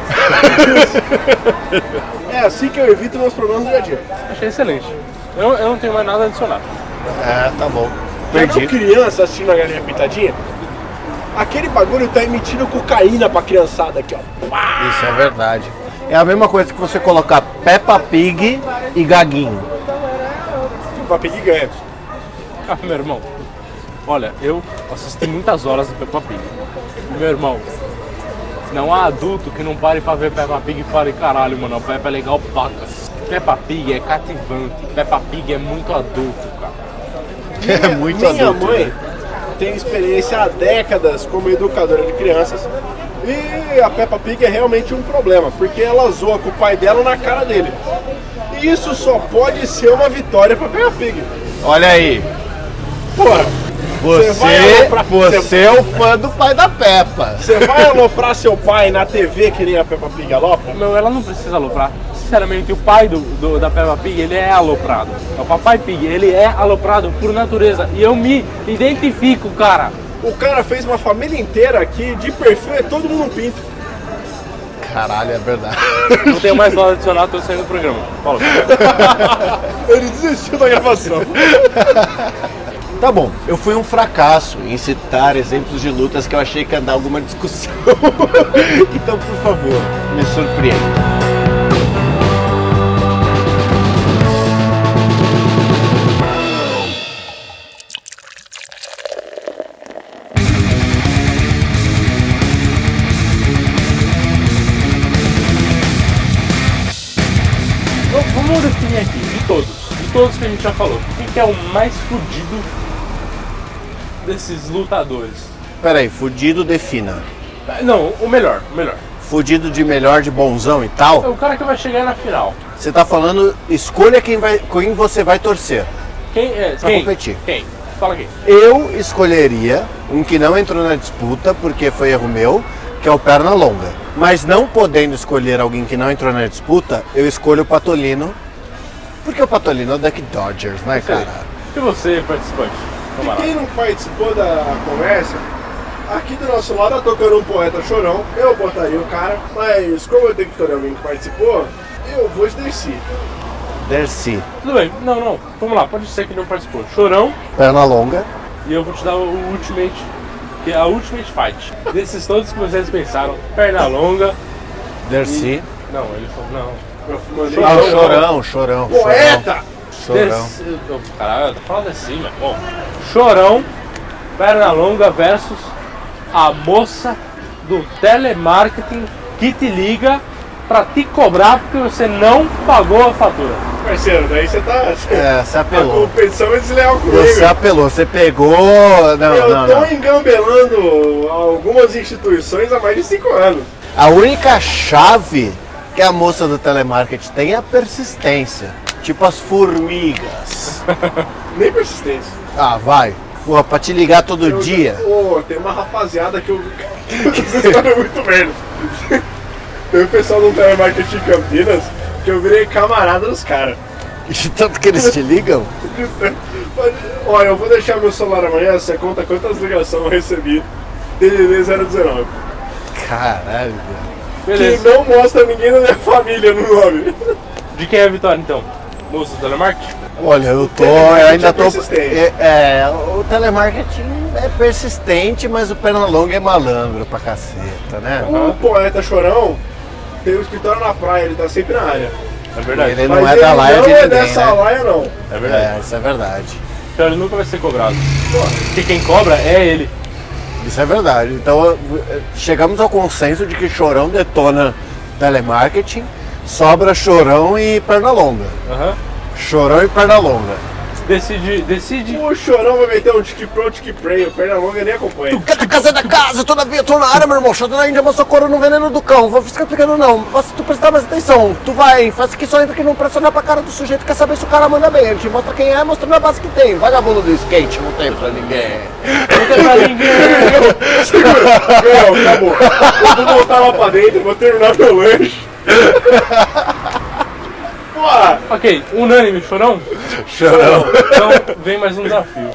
é assim que eu evito meus problemas do dia a dia. Achei excelente. Eu não tenho mais nada a adicionar. É, tá bom. Já viu Perdi. criança assistindo a Galinha Pintadinha? Aquele bagulho tá emitindo cocaína pra criançada aqui, ó. Isso é verdade. É a mesma coisa que você colocar Peppa Pig e Gaguinho. Pra pedir ganha. Ah, meu irmão. Olha, eu assisti muitas horas do Peppa Pig. Meu irmão, não há adulto que não pare pra ver Peppa Pig e fale, caralho, mano, a Peppa é legal pacas. Peppa Pig é cativante. Peppa Pig é muito adulto, cara. É muito Minha adulto, mãe né? tem experiência há décadas como educadora de crianças e a Peppa Pig é realmente um problema, porque ela zoa com o pai dela na cara dele. E isso só pode ser uma vitória pra Peppa Pig. Olha aí. Porra, Você é o fã do pai da Peppa. você vai aloprar seu pai na TV que nem a Peppa Pig alopra? Meu, ela não precisa aloprar. Sinceramente, o pai da Peppa Pig, ele é aloprado. O papai Pig, ele é aloprado por natureza. E eu me identifico, cara. O cara fez uma família inteira aqui, de perfil é todo mundo um pinto. Caralho, é verdade. Não tenho mais nada a adicionar, tô saindo do programa. Fala. Ele desistiu da gravação. Tá bom, eu fui um fracasso em citar exemplos de lutas que eu achei que ia dar alguma discussão. Então, por favor, me surpreenda. Vamos definir aqui, de todos que a gente já falou, quem que é o mais fudido desses lutadores? Peraí, fudido defina. Não, o melhor. Fudido de melhor, de bonzão e É tal? o cara que vai chegar na final. Você tá falando, escolha quem você vai torcer. Quem é? Pra competir. Quem? Fala quem. Eu escolheria um que não entrou na disputa, porque foi erro meu, que é o Pernalonga. Mas não podendo escolher alguém que não entrou na disputa, eu escolho o Patolino, porque o Patolino é o Duck Dodgers, né, cara? E você, participante? Vamos lá. Quem não participou da conversa, aqui do nosso lado tá tocando um poeta chorão, eu botaria o cara, mas como eu tenho que escolher alguém que participou, eu vou de Dercy. Dercy. Tudo bem, não, vamos lá, pode ser que não participou. Chorão, Pernalonga. e eu vou te dar o Ultimate, que é a Ultimate Fight. Desses todos que vocês pensaram, perna longa. Dercy. Não, ele falou, não. Eu mandei Ah, o Chorão. poeta! Chorão. Caralho, tá falando assim, meu. Bom, Chorão, perna longa versus a moça do telemarketing que te liga pra te cobrar porque você não pagou a fatura. Parceiro, daí você tá. Você apelou. A competição é desleal comigo. Você apelou, você pegou. Eu tô engambelando algumas instituições há mais de 5 anos. A única chave que a moça do telemarketing tem é a persistência. Tipo as formigas. Nem persistência. Ah, vai. Pô, pra te ligar todo dia. Pô, tem uma rapaziada que eu. Essa história é muito merda. Tem um pessoal do telemarketing em Campinas que eu virei camarada dos caras. De tanto que eles te ligam? Olha, eu vou deixar meu celular amanhã, você conta quantas ligações eu recebi. DDD 019. Caralho. Beleza. Que não mostra ninguém da minha família no nome. De quem é a vitória então? Moço do telemarketing? Olha, eu ainda tô. O telemarketing é persistente, mas o Pernalonga é malandro pra caceta, né? O poeta Chorão tem um escritório na praia, ele tá sempre na área. É verdade. Ele Mas não é ele da laia não de é ninguém, dessa né? laia, não. É verdade. Isso é verdade. Então ele nunca vai ser cobrado. Porque quem cobra é ele. Isso é verdade. Então chegamos ao consenso de que Chorão detona telemarketing, sobra Chorão e Pernalonga. Aham. Chorão e Pernalonga. Decide. O Chorão vai meter um tique pro, tique pray, o Pernalonga nem acompanha. Tu quer casa da casa, todavia tô na área, meu irmão. Chorão da Índia, mas socorro no veneno do cão. Vou ficar explicando não. Mas se tu prestar mais atenção, tu vai, faz que só entra aqui, não pressionar pra cara do sujeito, quer saber se o cara manda bem. A gente mostra quem é, mostrando a base que tem. Vagabundo do skate, não tem pra ninguém. Não tem pra ninguém. Não, acabou. Eu vou voltar lá pra dentro, vou terminar meu lanche. Porra! Ok, unânime, Chorão? Chorão. Então vem mais um desafio.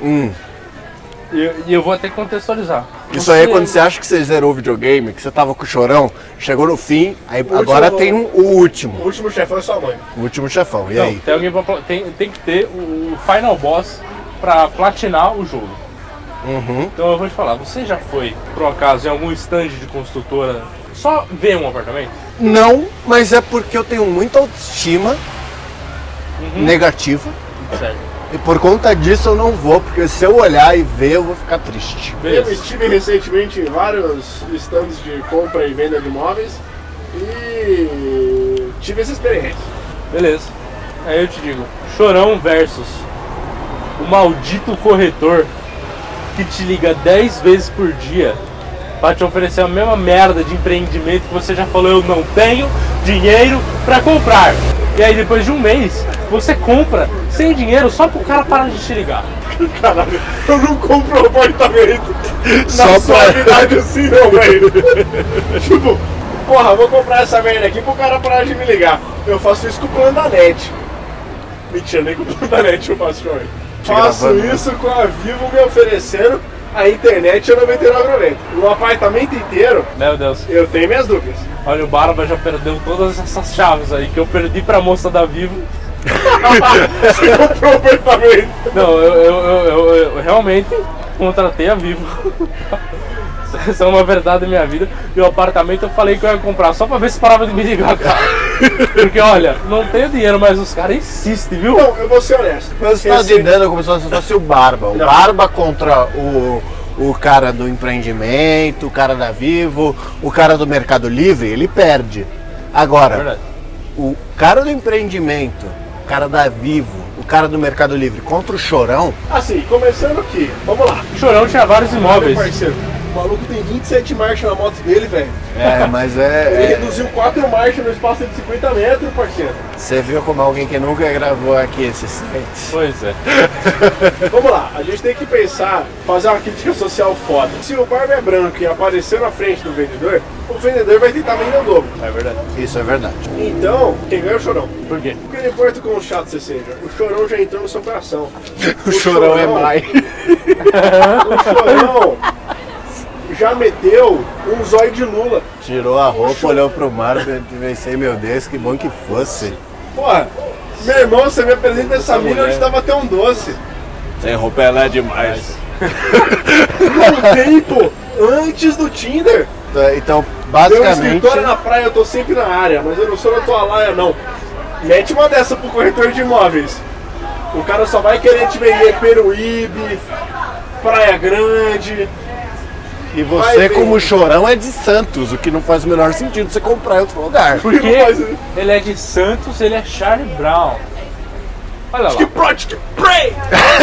E eu vou até contextualizar. Isso aí é quando você acha que você zerou o videogame, que você tava com o Chorão, chegou no fim, aí agora último- tem o último. O último chefão é sua mãe. O último chefão. E Não, aí? tem, alguém tem que ter o final boss pra platinar o jogo. Então eu vou te falar, você já foi, por um acaso, em algum stand de construtora só ver um apartamento? Não, mas é porque eu tenho muita autoestima negativa. Certo. E por conta disso eu não vou, porque se eu olhar e ver, eu vou ficar triste. Eu Beleza. estive recentemente em vários stands de compra e venda de imóveis e tive essa experiência. Beleza. Aí eu te digo, Chorão versus o maldito corretor que te liga 10 vezes por dia pra te oferecer a mesma merda de empreendimento que você já falou, eu não tenho dinheiro pra comprar. E aí depois de um mês, você compra sem dinheiro só pro cara parar de te ligar. Caralho, eu não compro apartamento Só na pra- suavidade assim não, velho. Tipo, porra, vou comprar essa merda aqui pro cara parar de me ligar. Eu faço isso com o plano da NET. Mentira, nem com o plano da NET eu faço, Jorge. Faço gravando, né? isso com a Vivo me oferecendo a internet a R$ 99,90. O apartamento inteiro, Meu Deus. eu tenho minhas dúvidas. Olha, o Barba já perdeu todas essas chaves aí que eu perdi pra moça da Vivo. Você comprou o apartamento. Não, eu realmente contratei a Vivo. Essa é uma verdade da minha vida. E o apartamento eu falei que eu ia comprar só pra ver se parava de me ligar, cara. Porque olha, não tenho dinheiro, mas os caras insistem, viu? Não, eu vou ser honesto. Mas você tá dizendo como se fosse o Barba. O Barba contra o cara do empreendimento, o cara da Vivo, o cara do Mercado Livre, ele perde. É Agora, verdade. o cara do empreendimento, o cara da Vivo, o cara do Mercado Livre contra o Chorão, Assim, começando aqui, vamos lá. O Chorão tinha vários Meu imóveis. parceiro, o maluco tem 27 marchas na moto dele, velho. mas Ele reduziu 4 marchas no espaço de 50 metros, parceiro. Você viu como alguém que nunca gravou aqui esse site? Pois é. Vamos lá, a gente tem que pensar, fazer uma crítica social foda. Se o Barba é branco e apareceu na frente do vendedor, o vendedor vai tentar vender o dobro. É verdade. Isso é verdade. Então, quem ganha é o Chorão. Por quê? Porque não importa quão chato você seja, o Chorão já entrou no seu coração. O Chorão é mais. O Chorão já meteu um zóio de Lula. Tirou a roupa, olhou pro mar e pensei, meu Deus, que bom que fosse. Porra, meu irmão, você me apresenta essa mina onde tava até um doce. Sem roupa ela é demais. Um tempo antes do Tinder. Então, Tem um basicamente, escritório na praia, eu tô sempre na área, mas eu não sou na tua laia, não. Mete uma dessa pro corretor de imóveis. O cara só vai querer te vender Peruíbe, Praia Grande, E você, como Chorão, é de Santos, o que não faz o menor sentido você comprar em outro lugar. Porque ele é de Santos, ele é Charlie Brown. Olha lá. Project Prey!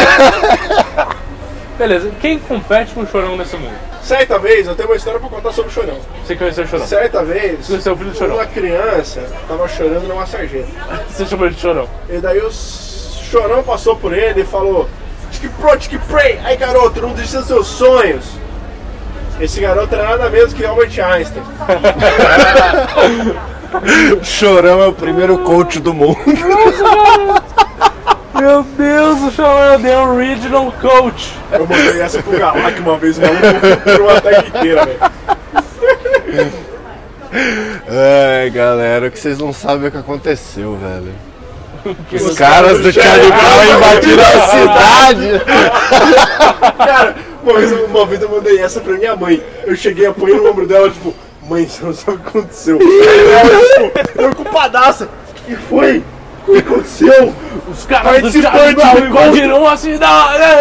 Beleza, quem compete com o Chorão nesse mundo? Certa vez, eu tenho uma história pra contar sobre o Chorão. Você conheceu o Chorão? Certa vez, Você é o filho do Chorão? uma criança tava chorando numa sarjeta. Você chamou ele de Chorão? E daí o Chorão passou por ele e falou: Project Prey! Aí garoto, não desista dos seus sonhos! Esse garoto era nada menos que Albert Einstein. Chorão é o primeiro coach do mundo. Meu Deus, o Chorão é o The Original Coach. Eu mandei essa pro Galac uma vez, o maluco por uma tag inteira, velho. Ai, galera, o que vocês não sabem é o que aconteceu, velho. Os caras do Charlie Brown invadiram a cidade. Cara, uma vez eu mandei essa pra minha mãe. Eu cheguei, apoiei no ombro dela, tipo, mãe, você não sabe o que aconteceu. Ela, tipo, preocupadaça. O que foi? O que aconteceu? Os caras do Charlie Brown invadiram a cidade.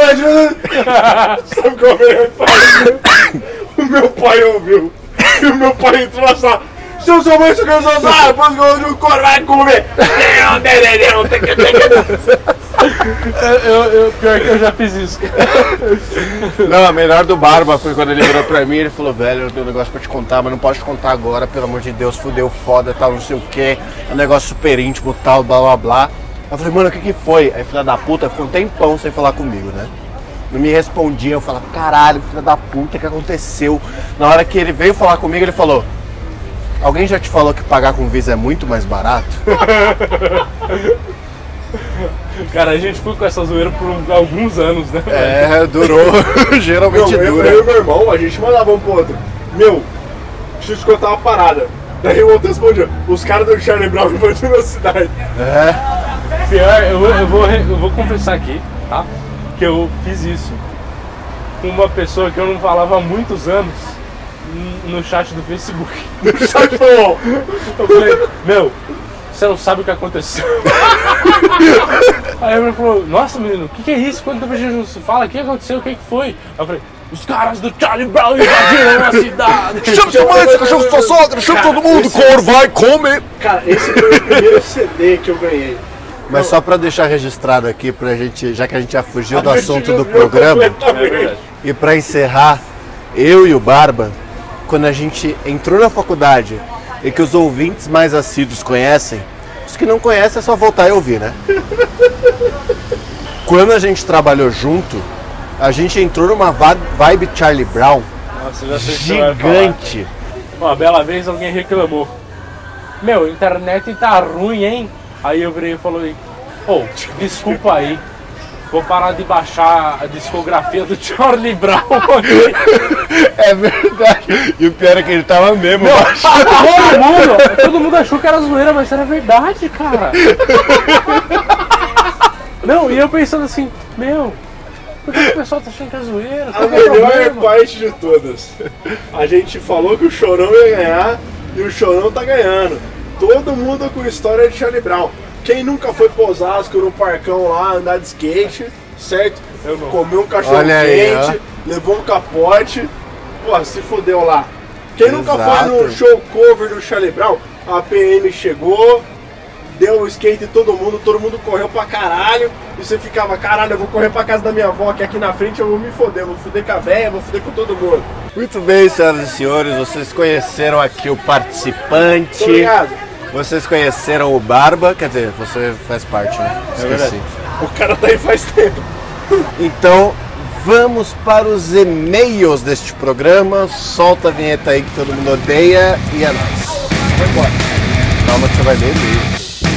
Sabe qual é o pai? O meu pai ouviu. E o meu pai entrou na sala. Se eu sou mãe, se eu quero soltar, depois que eu corro, vai comer. Pior que eu já fiz isso. Não, a melhor do Barba foi quando ele virou pra mim e ele falou: velho, eu tenho um negócio pra te contar, mas não posso te contar agora, pelo amor de Deus, fudeu, foda, tal, não sei o que, é um negócio super íntimo, tal, blá blá blá. Eu falei: mano, o que foi? Aí filha da puta ficou um tempão sem falar comigo, né? Não me respondia, eu falava: caralho, filha da puta, o que aconteceu? Na hora que ele veio falar comigo, ele falou: alguém já te falou que pagar com Visa é muito mais barato? Cara, a gente foi com essa zoeira por alguns anos, né? É, durou. Geralmente dura. Eu e meu irmão, a gente mandava um pro outro. Meu, deixa eu te contar uma parada. Daí o outro respondia: os caras do Charlie Brown invadiram a cidade. É. Pior, eu vou confessar aqui, tá? Que eu fiz isso com uma pessoa que eu não falava há muitos anos no chat do Facebook. No chat do UOL. Eu falei: meu, você não sabe o que aconteceu. Aí ele falou: nossa menino, o que é isso? Quanto tempo a gente não se fala? O que aconteceu? O que foi? Aí eu falei: os caras do Charlie Brown invadiram a cidade. Chama sua mãe, chama sua sogra, chama todo mundo, cor vai comer. Cara, esse foi o primeiro CD que eu ganhei. Mas só pra deixar registrado aqui pra gente, já que a gente já fugiu do assunto do programa, e pra encerrar, eu e o Barba, quando a gente entrou na faculdade e que os ouvintes mais assíduos conhecem, os que não conhecem é só voltar e ouvir, né? Quando a gente trabalhou junto, a gente entrou numa vibe Charlie Brown. Nossa, já sei o que você vai gigante. Uma bela vez alguém reclamou: meu, a internet tá ruim, hein? Aí eu virei e falei: ô, desculpa aí, vou parar de baixar a discografia do Charlie Brown aqui. É verdade. E o pior é que ele tava mesmo. Todo mundo achou que era zoeira, mas era verdade, cara. Não, e eu pensando assim: meu, por que o pessoal tá achando que é zoeira? A melhor parte de todas: a gente falou que o Chorão ia ganhar e o Chorão tá ganhando. Todo mundo com história de Charlie Brown. Quem nunca foi pra Osasco no parcão lá andar de skate, certo? Comeu um cachorro quente, levou um capote, pô, se fodeu lá. Quem nunca foi no show cover do Charlie Brown, a PM chegou, deu o skate em todo mundo correu pra caralho, e você ficava: caralho, eu vou correr pra casa da minha avó, que aqui na frente eu vou me foder, vou foder com a véia, vou foder com todo mundo. Muito bem, senhoras e senhores, vocês conheceram aqui o participante. Obrigado. Vocês conheceram o Barba, quer dizer, você faz parte, né? Esqueci. O cara tá aí faz tempo. Então, vamos para os e-mails deste programa. Solta a vinheta aí que todo mundo odeia e é nóis. Vai embora. Calma que você vai ler e-mail.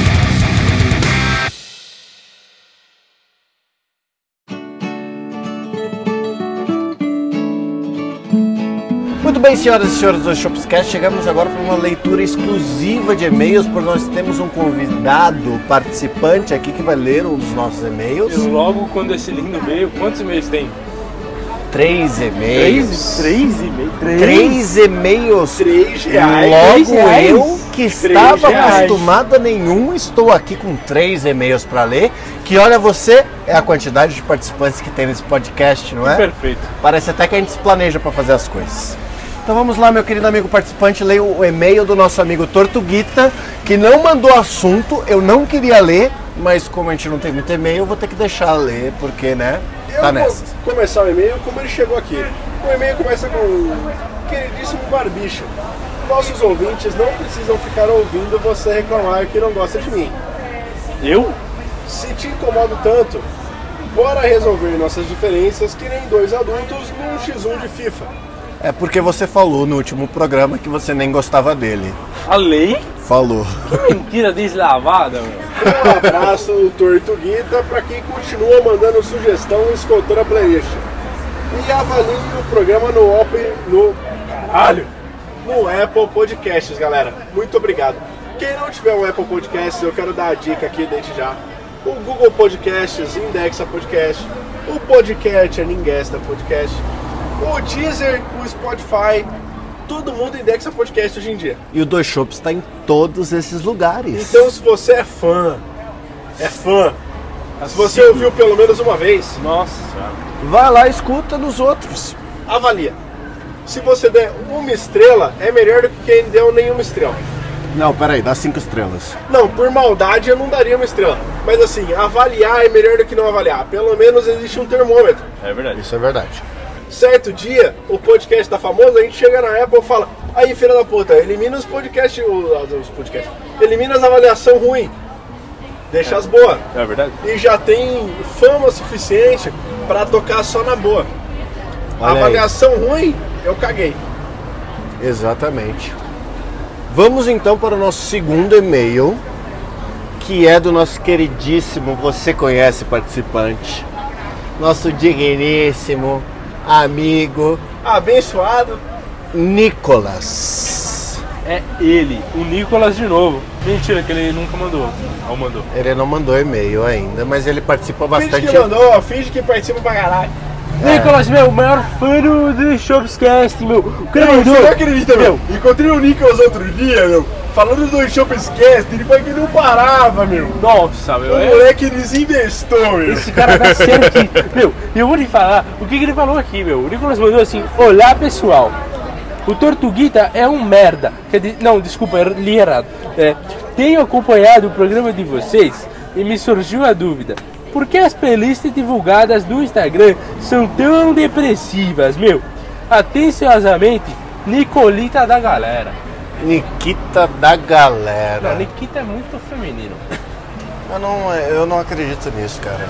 Muito bem, senhoras e senhores do Shopscast, chegamos agora para uma leitura exclusiva de e-mails, porque nós temos um convidado participante aqui que vai ler um dos nossos e-mails. E logo quando esse lindo veio, quantos e-mails tem? 3 e-mails. 3 e-mails. R$3. Logo R$3. eu, que estava acostumado a nenhum, estou aqui com 3 e-mails para ler. Que olha você, é a quantidade de participantes que tem nesse podcast, não é? Perfeito. Parece até que a gente se planeja para fazer as coisas. Então vamos lá, meu querido amigo participante, leia o e-mail do nosso amigo Tortuguita, que não mandou assunto, eu não queria ler, mas como a gente não tem muito e-mail, eu vou ter que deixar ler, porque, né, tá nessas. Vou começar o e-mail como ele chegou aqui. O e-mail começa com o queridíssimo Barbicha. Nossos ouvintes não precisam ficar ouvindo você reclamar que não gosta de mim. Eu? Se te incomodo tanto, bora resolver nossas diferenças que nem dois adultos num X1 de FIFA. É porque você falou no último programa que você nem gostava dele. Falei? Falou. Que mentira deslavada, meu. Um abraço do Tortuguita para quem continua mandando sugestão e escoltando a playlist. E avalie o programa no Apple Podcasts, galera. Muito obrigado. Quem não tiver um Apple Podcasts, eu quero dar a dica aqui desde já. O Google Podcasts indexa podcast, o Podcatcher indexa podcast, o Deezer, o Spotify, todo mundo indexa podcast hoje em dia. E o Dois Chopps está em todos esses lugares. Então se você é fã, se você ouviu pelo menos uma vez, Nossa. vai lá e escuta nos outros. avalia. Se você der 1 estrela, é melhor do que quem deu nenhuma estrela. Não, peraí, dá 5 estrelas. Não, por maldade eu não daria 1 estrela. Mas assim, avaliar é melhor do que não avaliar. Pelo menos existe um termômetro. É verdade. Isso é verdade. Certo dia, o podcast tá famoso, a gente chega na Apple e fala: aí, filha da puta, elimina os podcasts, elimina as avaliações ruins, deixa as boas. É verdade. E já tem fama suficiente pra tocar só na boa. Olha aí. Avaliação ruim, eu caguei. Exatamente. Vamos então para o nosso segundo e-mail, que é do nosso queridíssimo, você conhece participante, nosso digníssimo amigo Abençoado. Nicolas. É ele, o Nicolas de novo. Mentira, que ele nunca mandou. Ou mandou. Ele não mandou e-mail ainda, mas ele participa bastante. Finge que mandou, finge que participa pra caralho. Nicolas, meu, maior fã do Shopscast, meu. O cara mandou. Você não acredita, meu? Encontrei o Nicolas outro dia, meu, falando do Shopscast, ele falou que não parava, meu. Nossa, meu. O moleque desinvestou, meu. Esse cara dá certo aqui. Meu, eu vou te falar o que ele falou aqui, meu. O Nicolas mandou assim: olá, pessoal. O Tortuguita é um merda. Não, desculpa, eu li errado. Tenho acompanhado o programa de vocês e me surgiu a dúvida. Por que as playlists divulgadas no Instagram são tão depressivas, meu? Atenciosamente, Nicolita da galera. Nikita da galera. Não, Nikita é muito feminino. Eu não acredito nisso, cara.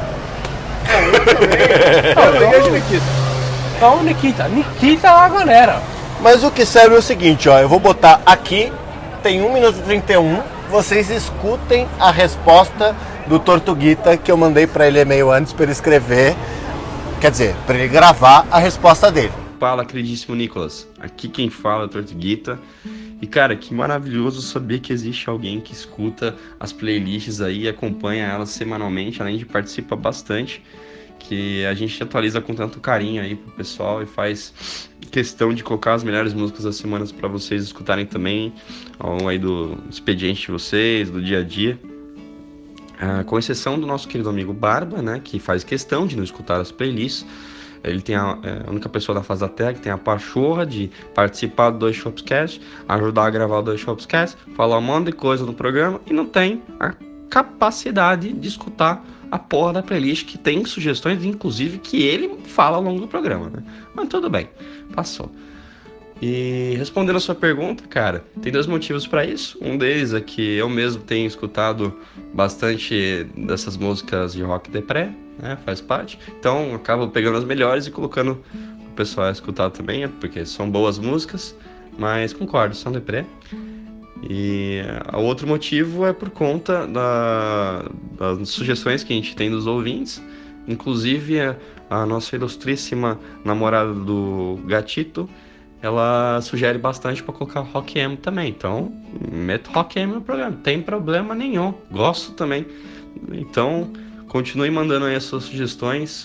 Não, Nikita. Nikita da galera. Mas o que serve é o seguinte, ó, eu vou botar aqui, tem 1 minuto e 31, vocês escutem a resposta do Tortuguita que eu mandei pra ele e-mail antes pra ele escrever, quer dizer, pra ele gravar a resposta dele. Fala, queridíssimo Nicolas, aqui quem fala é o Tortuguita. E cara, que maravilhoso saber que existe alguém que escuta as playlists aí, acompanha elas semanalmente, além de participa bastante, que a gente atualiza com tanto carinho aí pro pessoal e faz questão de colocar as melhores músicas das semanas para vocês escutarem também, ao longo aí do expediente de vocês, do dia a dia. Com exceção do nosso querido amigo Barba, né, que faz questão de não escutar as playlists. Ele tem a única pessoa da face da Terra que tem a pachorra de participar do Dois Shopscast, ajudar a gravar o Dois Shopscast, falar um monte de coisa no programa e não tem a capacidade de escutar a porra da playlist, que tem sugestões, inclusive, que ele fala ao longo do programa, né? Mas tudo bem, passou. E respondendo a sua pergunta, cara, tem 2 motivos para isso. Um deles é que eu mesmo tenho escutado bastante dessas músicas de rock deprê, né? Faz parte. Então eu acabo pegando as melhores e colocando o pessoal a escutar também, porque são boas músicas, mas concordo, são deprê. E o outro motivo é por conta das sugestões que a gente tem dos ouvintes. Inclusive a nossa ilustríssima namorada do Gatito, ela sugere bastante para colocar rock emo também. Então, meto rock emo no programa, não tem problema nenhum. Gosto também. Então, continue mandando aí as suas sugestões.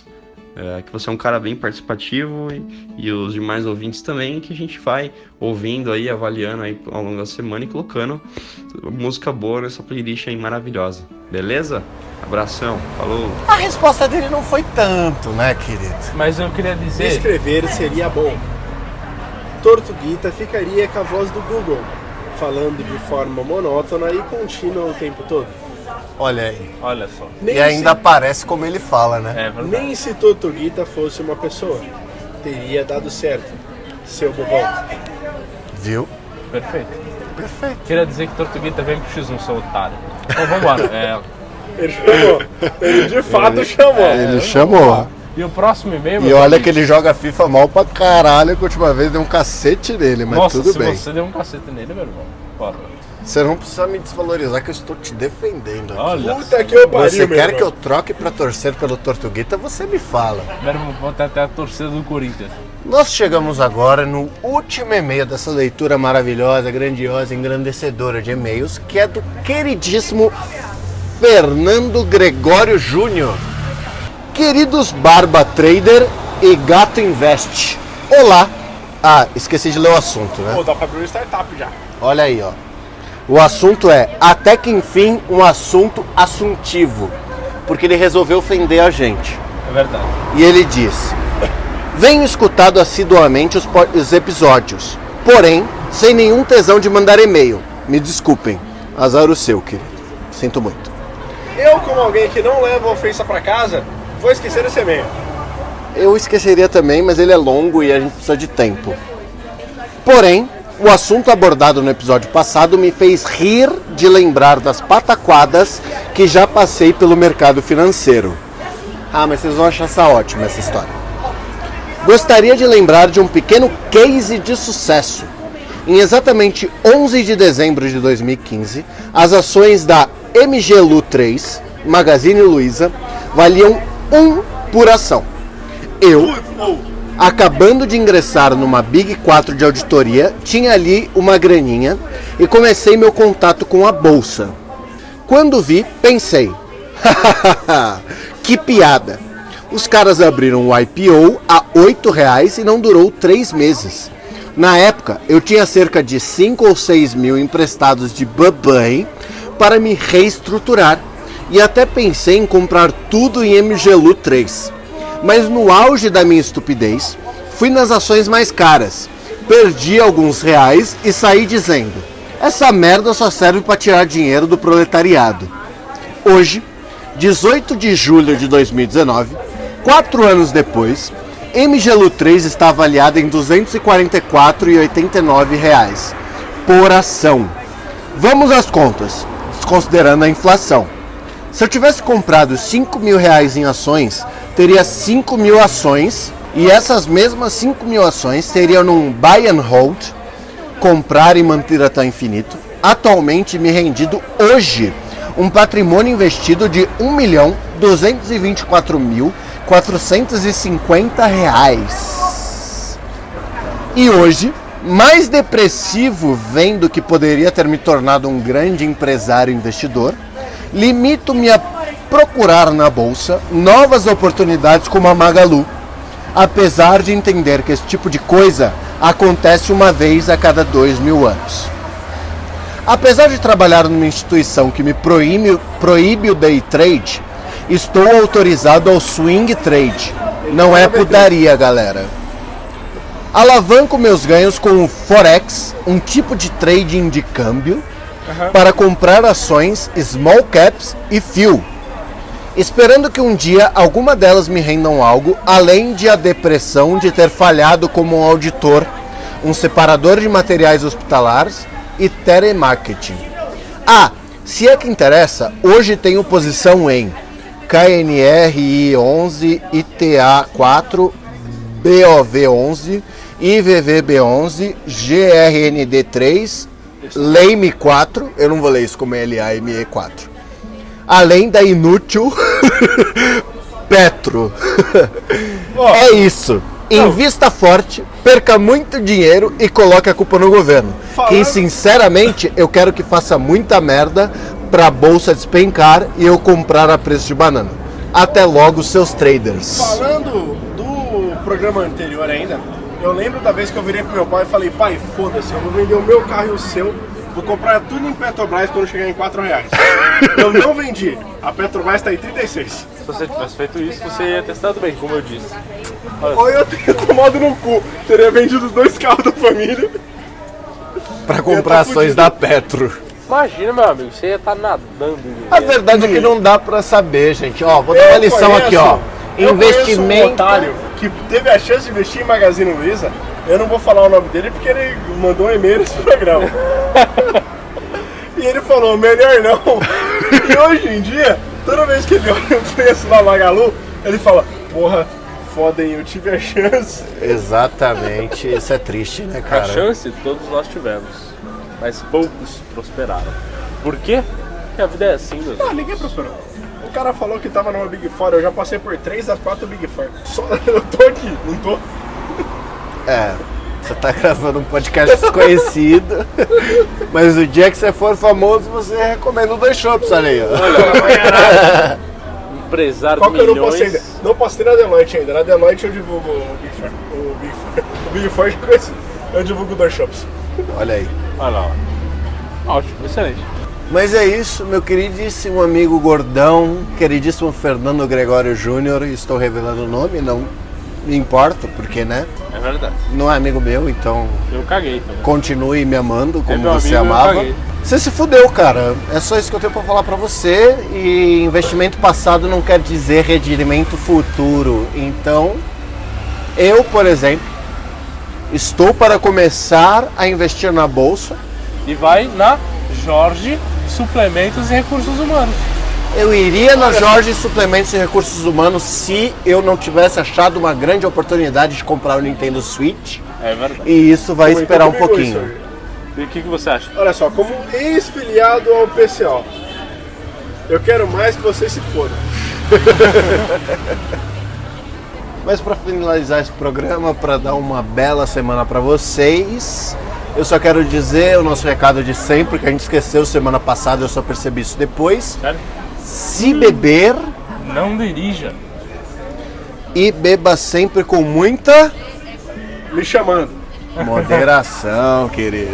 que você é um cara bem participativo e os demais ouvintes também, que a gente vai ouvindo aí, avaliando aí ao longo da semana e colocando música boa nessa playlist aí maravilhosa. Beleza? Abração, falou! A resposta dele não foi tanto, né, querido? Mas eu queria dizer... Escrever seria bom. Tortuguita ficaria com a voz do Google, falando de forma monótona e contínua o tempo todo. Olha aí. Olha só. E ainda parece como ele fala, né? É verdade. Nem se Tortuguita fosse uma pessoa, teria dado certo, seu bobão. Viu? Perfeito. Perfeito. Queria dizer que Tortuguita vem pro X1, seu otário. Então vambora. Ele chamou. Ele de fato chamou. Ele chamou. E o próximo e-mail... E olha que ele joga FIFA mal pra caralho, que a última vez deu um cacete nele, mas Nossa, tudo bem. Você deu um cacete nele, meu irmão. Bora. Você não precisa me desvalorizar que eu estou te defendendo aqui. Olha. Puta que eu pariu, Você meu quer irmão. que eu troque pra torcer pelo Tortuguita, você me fala. Meu irmão, vou até a torcida do Corinthians. Nós chegamos agora no último e-mail dessa leitura maravilhosa, grandiosa, engrandecedora de e-mails, que é do queridíssimo Fernando Gregório Júnior. Queridos Barba Trader e Gato Invest. Olá. Ah, esqueci de ler o assunto, né? Pô, dá pra abrir um startup já. Olha aí, ó. O assunto é, até que enfim, um assunto assuntivo. Porque ele resolveu ofender a gente. É verdade. E ele diz: venho escutado assiduamente os episódios, porém, sem nenhum tesão de mandar e-mail. Me desculpem. Azar o seu, querido. Sinto muito. Eu, como alguém que não leva ofensa pra casa, vou esquecer esse e-mail. Eu esqueceria também, mas ele é longo e a gente precisa de tempo. Porém, o assunto abordado no episódio passado me fez rir de lembrar das pataquadas que já passei pelo mercado financeiro. Ah, mas vocês vão achar ótima essa história. Gostaria de lembrar de um pequeno case de sucesso. Em exatamente 11 de dezembro de 2015, as ações da MGLU 3, Magazine Luiza, valiam 1 por ação. Eu, acabando de ingressar numa Big 4 de auditoria, tinha ali uma graninha e comecei meu contato com a bolsa. Quando vi, pensei, que piada. Os caras abriram o IPO a R$8 e não durou 3 meses. Na época, eu tinha cerca de 5 ou 6 mil emprestados de babai para me reestruturar e até pensei em comprar tudo em MGLU 3. Mas no auge da minha estupidez, fui nas ações mais caras, perdi alguns reais e saí dizendo: essa merda só serve para tirar dinheiro do proletariado. Hoje, 18 de julho de 2019, 4 anos depois, MGLU 3 está avaliada em R$ 244,89 por ação. Vamos às contas, desconsiderando a inflação. Se eu tivesse comprado R$5.000 em ações, teria 5.000 ações e essas mesmas 5.000 ações seriam num buy and hold, comprar e manter até o infinito, atualmente me rendido hoje um patrimônio investido de R$1.224.450. E hoje, mais depressivo vendo que poderia ter me tornado um grande empresário investidor, limito-me a procurar na bolsa novas oportunidades como a Magalu, apesar de entender que esse tipo de coisa acontece uma vez a cada 2.000 anos. Apesar de trabalhar numa instituição que me proíbe o day trade, estou autorizado ao swing trade. Não é putaria, galera. Alavanco meus ganhos com o Forex, um tipo de trading de câmbio, para comprar ações, small caps e FIU, esperando que um dia alguma delas me rendam algo, além de a depressão de ter falhado como um auditor, um separador de materiais hospitalares e telemarketing. Ah, se é que interessa, hoje tenho posição em KNRI11, ITA4, BOV11, IVVB11, GRND3, LAME4, eu não vou ler isso como LAME4, além da inútil Petro. É isso. Invista forte, perca muito dinheiro e coloque a culpa no governo. Que sinceramente eu quero que faça muita merda pra bolsa despencar e eu comprar a preço de banana. Até logo, seus traders. Falando do programa anterior ainda, eu lembro da vez que eu virei pro meu pai e falei, pai, foda-se, eu vou vender o meu carro e o seu, vou comprar tudo em Petrobras quando chegar em R$4. Eu não vendi, a Petrobras tá em 36. Se você tivesse feito isso, você ia ter estado bem, como eu disse. Ou eu teria tomado no cu, teria vendido os 2 carros da família. Pra comprar ações da Petro. Imagina, meu amigo, você ia estar nadando. A verdade é que não dá pra saber, gente. Ó, vou dar uma lição aqui, ó. Eu conheço um Investimento. otário que teve a chance de investir em Magazine Luiza. Eu não vou falar o nome dele porque ele mandou um e-mail nesse programa. E ele falou, melhor não. E hoje em dia, toda vez que ele olha o preço da Magalu, ele fala, porra, foda, hein, eu tive a chance. Exatamente, isso é triste, né, A cara? chance todos nós tivemos, mas poucos prosperaram. Por quê? Porque a vida é assim, meu. Ah, ninguém prosperou. O cara falou que tava numa Big Four, eu já passei por 3 das 4 Big Four. Só eu tô aqui, não tô. É, você tá gravando um podcast desconhecido, mas o dia que você for famoso, você recomenda o 2 Shops, olha aí, ó. Empresário Qual de que eu não postei milhões. ainda? Não postei na Deloitte ainda. Na Deloitte eu divulgo o Big Four. O Big Four já conheci. Eu divulgo o 2 Shops. Olha aí. Olha lá. Ótimo, excelente. Mas é isso, meu queridíssimo amigo gordão, queridíssimo Fernando Gregório Júnior, estou revelando o nome, não me importa, porque, né, É verdade. não é amigo meu, então Eu caguei também. continue me amando como meu você amigo, eu amava. caguei. Você se fudeu, cara, é só isso que eu tenho pra falar pra você, e investimento passado não quer dizer rendimento futuro, então, eu, por exemplo, estou para começar a investir na bolsa. E vai na Jorge Suplementos e Recursos Humanos. Eu iria na Jorge Suplementos e Recursos Humanos se eu não tivesse achado uma grande oportunidade de comprar o Nintendo Switch. É verdade. E isso vai Comentou esperar um comigo pouquinho. isso. E o que você acha? Olha só, como ex-filiado ao PCO, eu quero mais que vocês se fodam. Mas para finalizar esse programa, para dar uma bela semana para vocês, eu só quero dizer o nosso recado de sempre, que a gente esqueceu semana passada, eu só percebi isso depois. Sério? Se beber, Não dirija. e beba sempre com muita Me chamando. moderação, querido.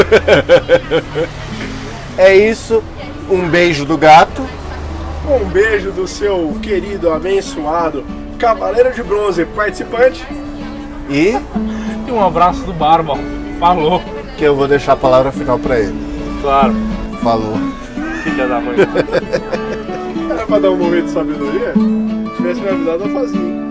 É isso, um beijo do gato. Um beijo do seu querido, abençoado Cavaleiro de Bronze participante. E E um abraço do Barba. Falou. que eu vou deixar a palavra final para ele. Claro. Falou. Filha da mãe. Era pra dar um momento de sabedoria? Se tivesse me avisado, eu fazia.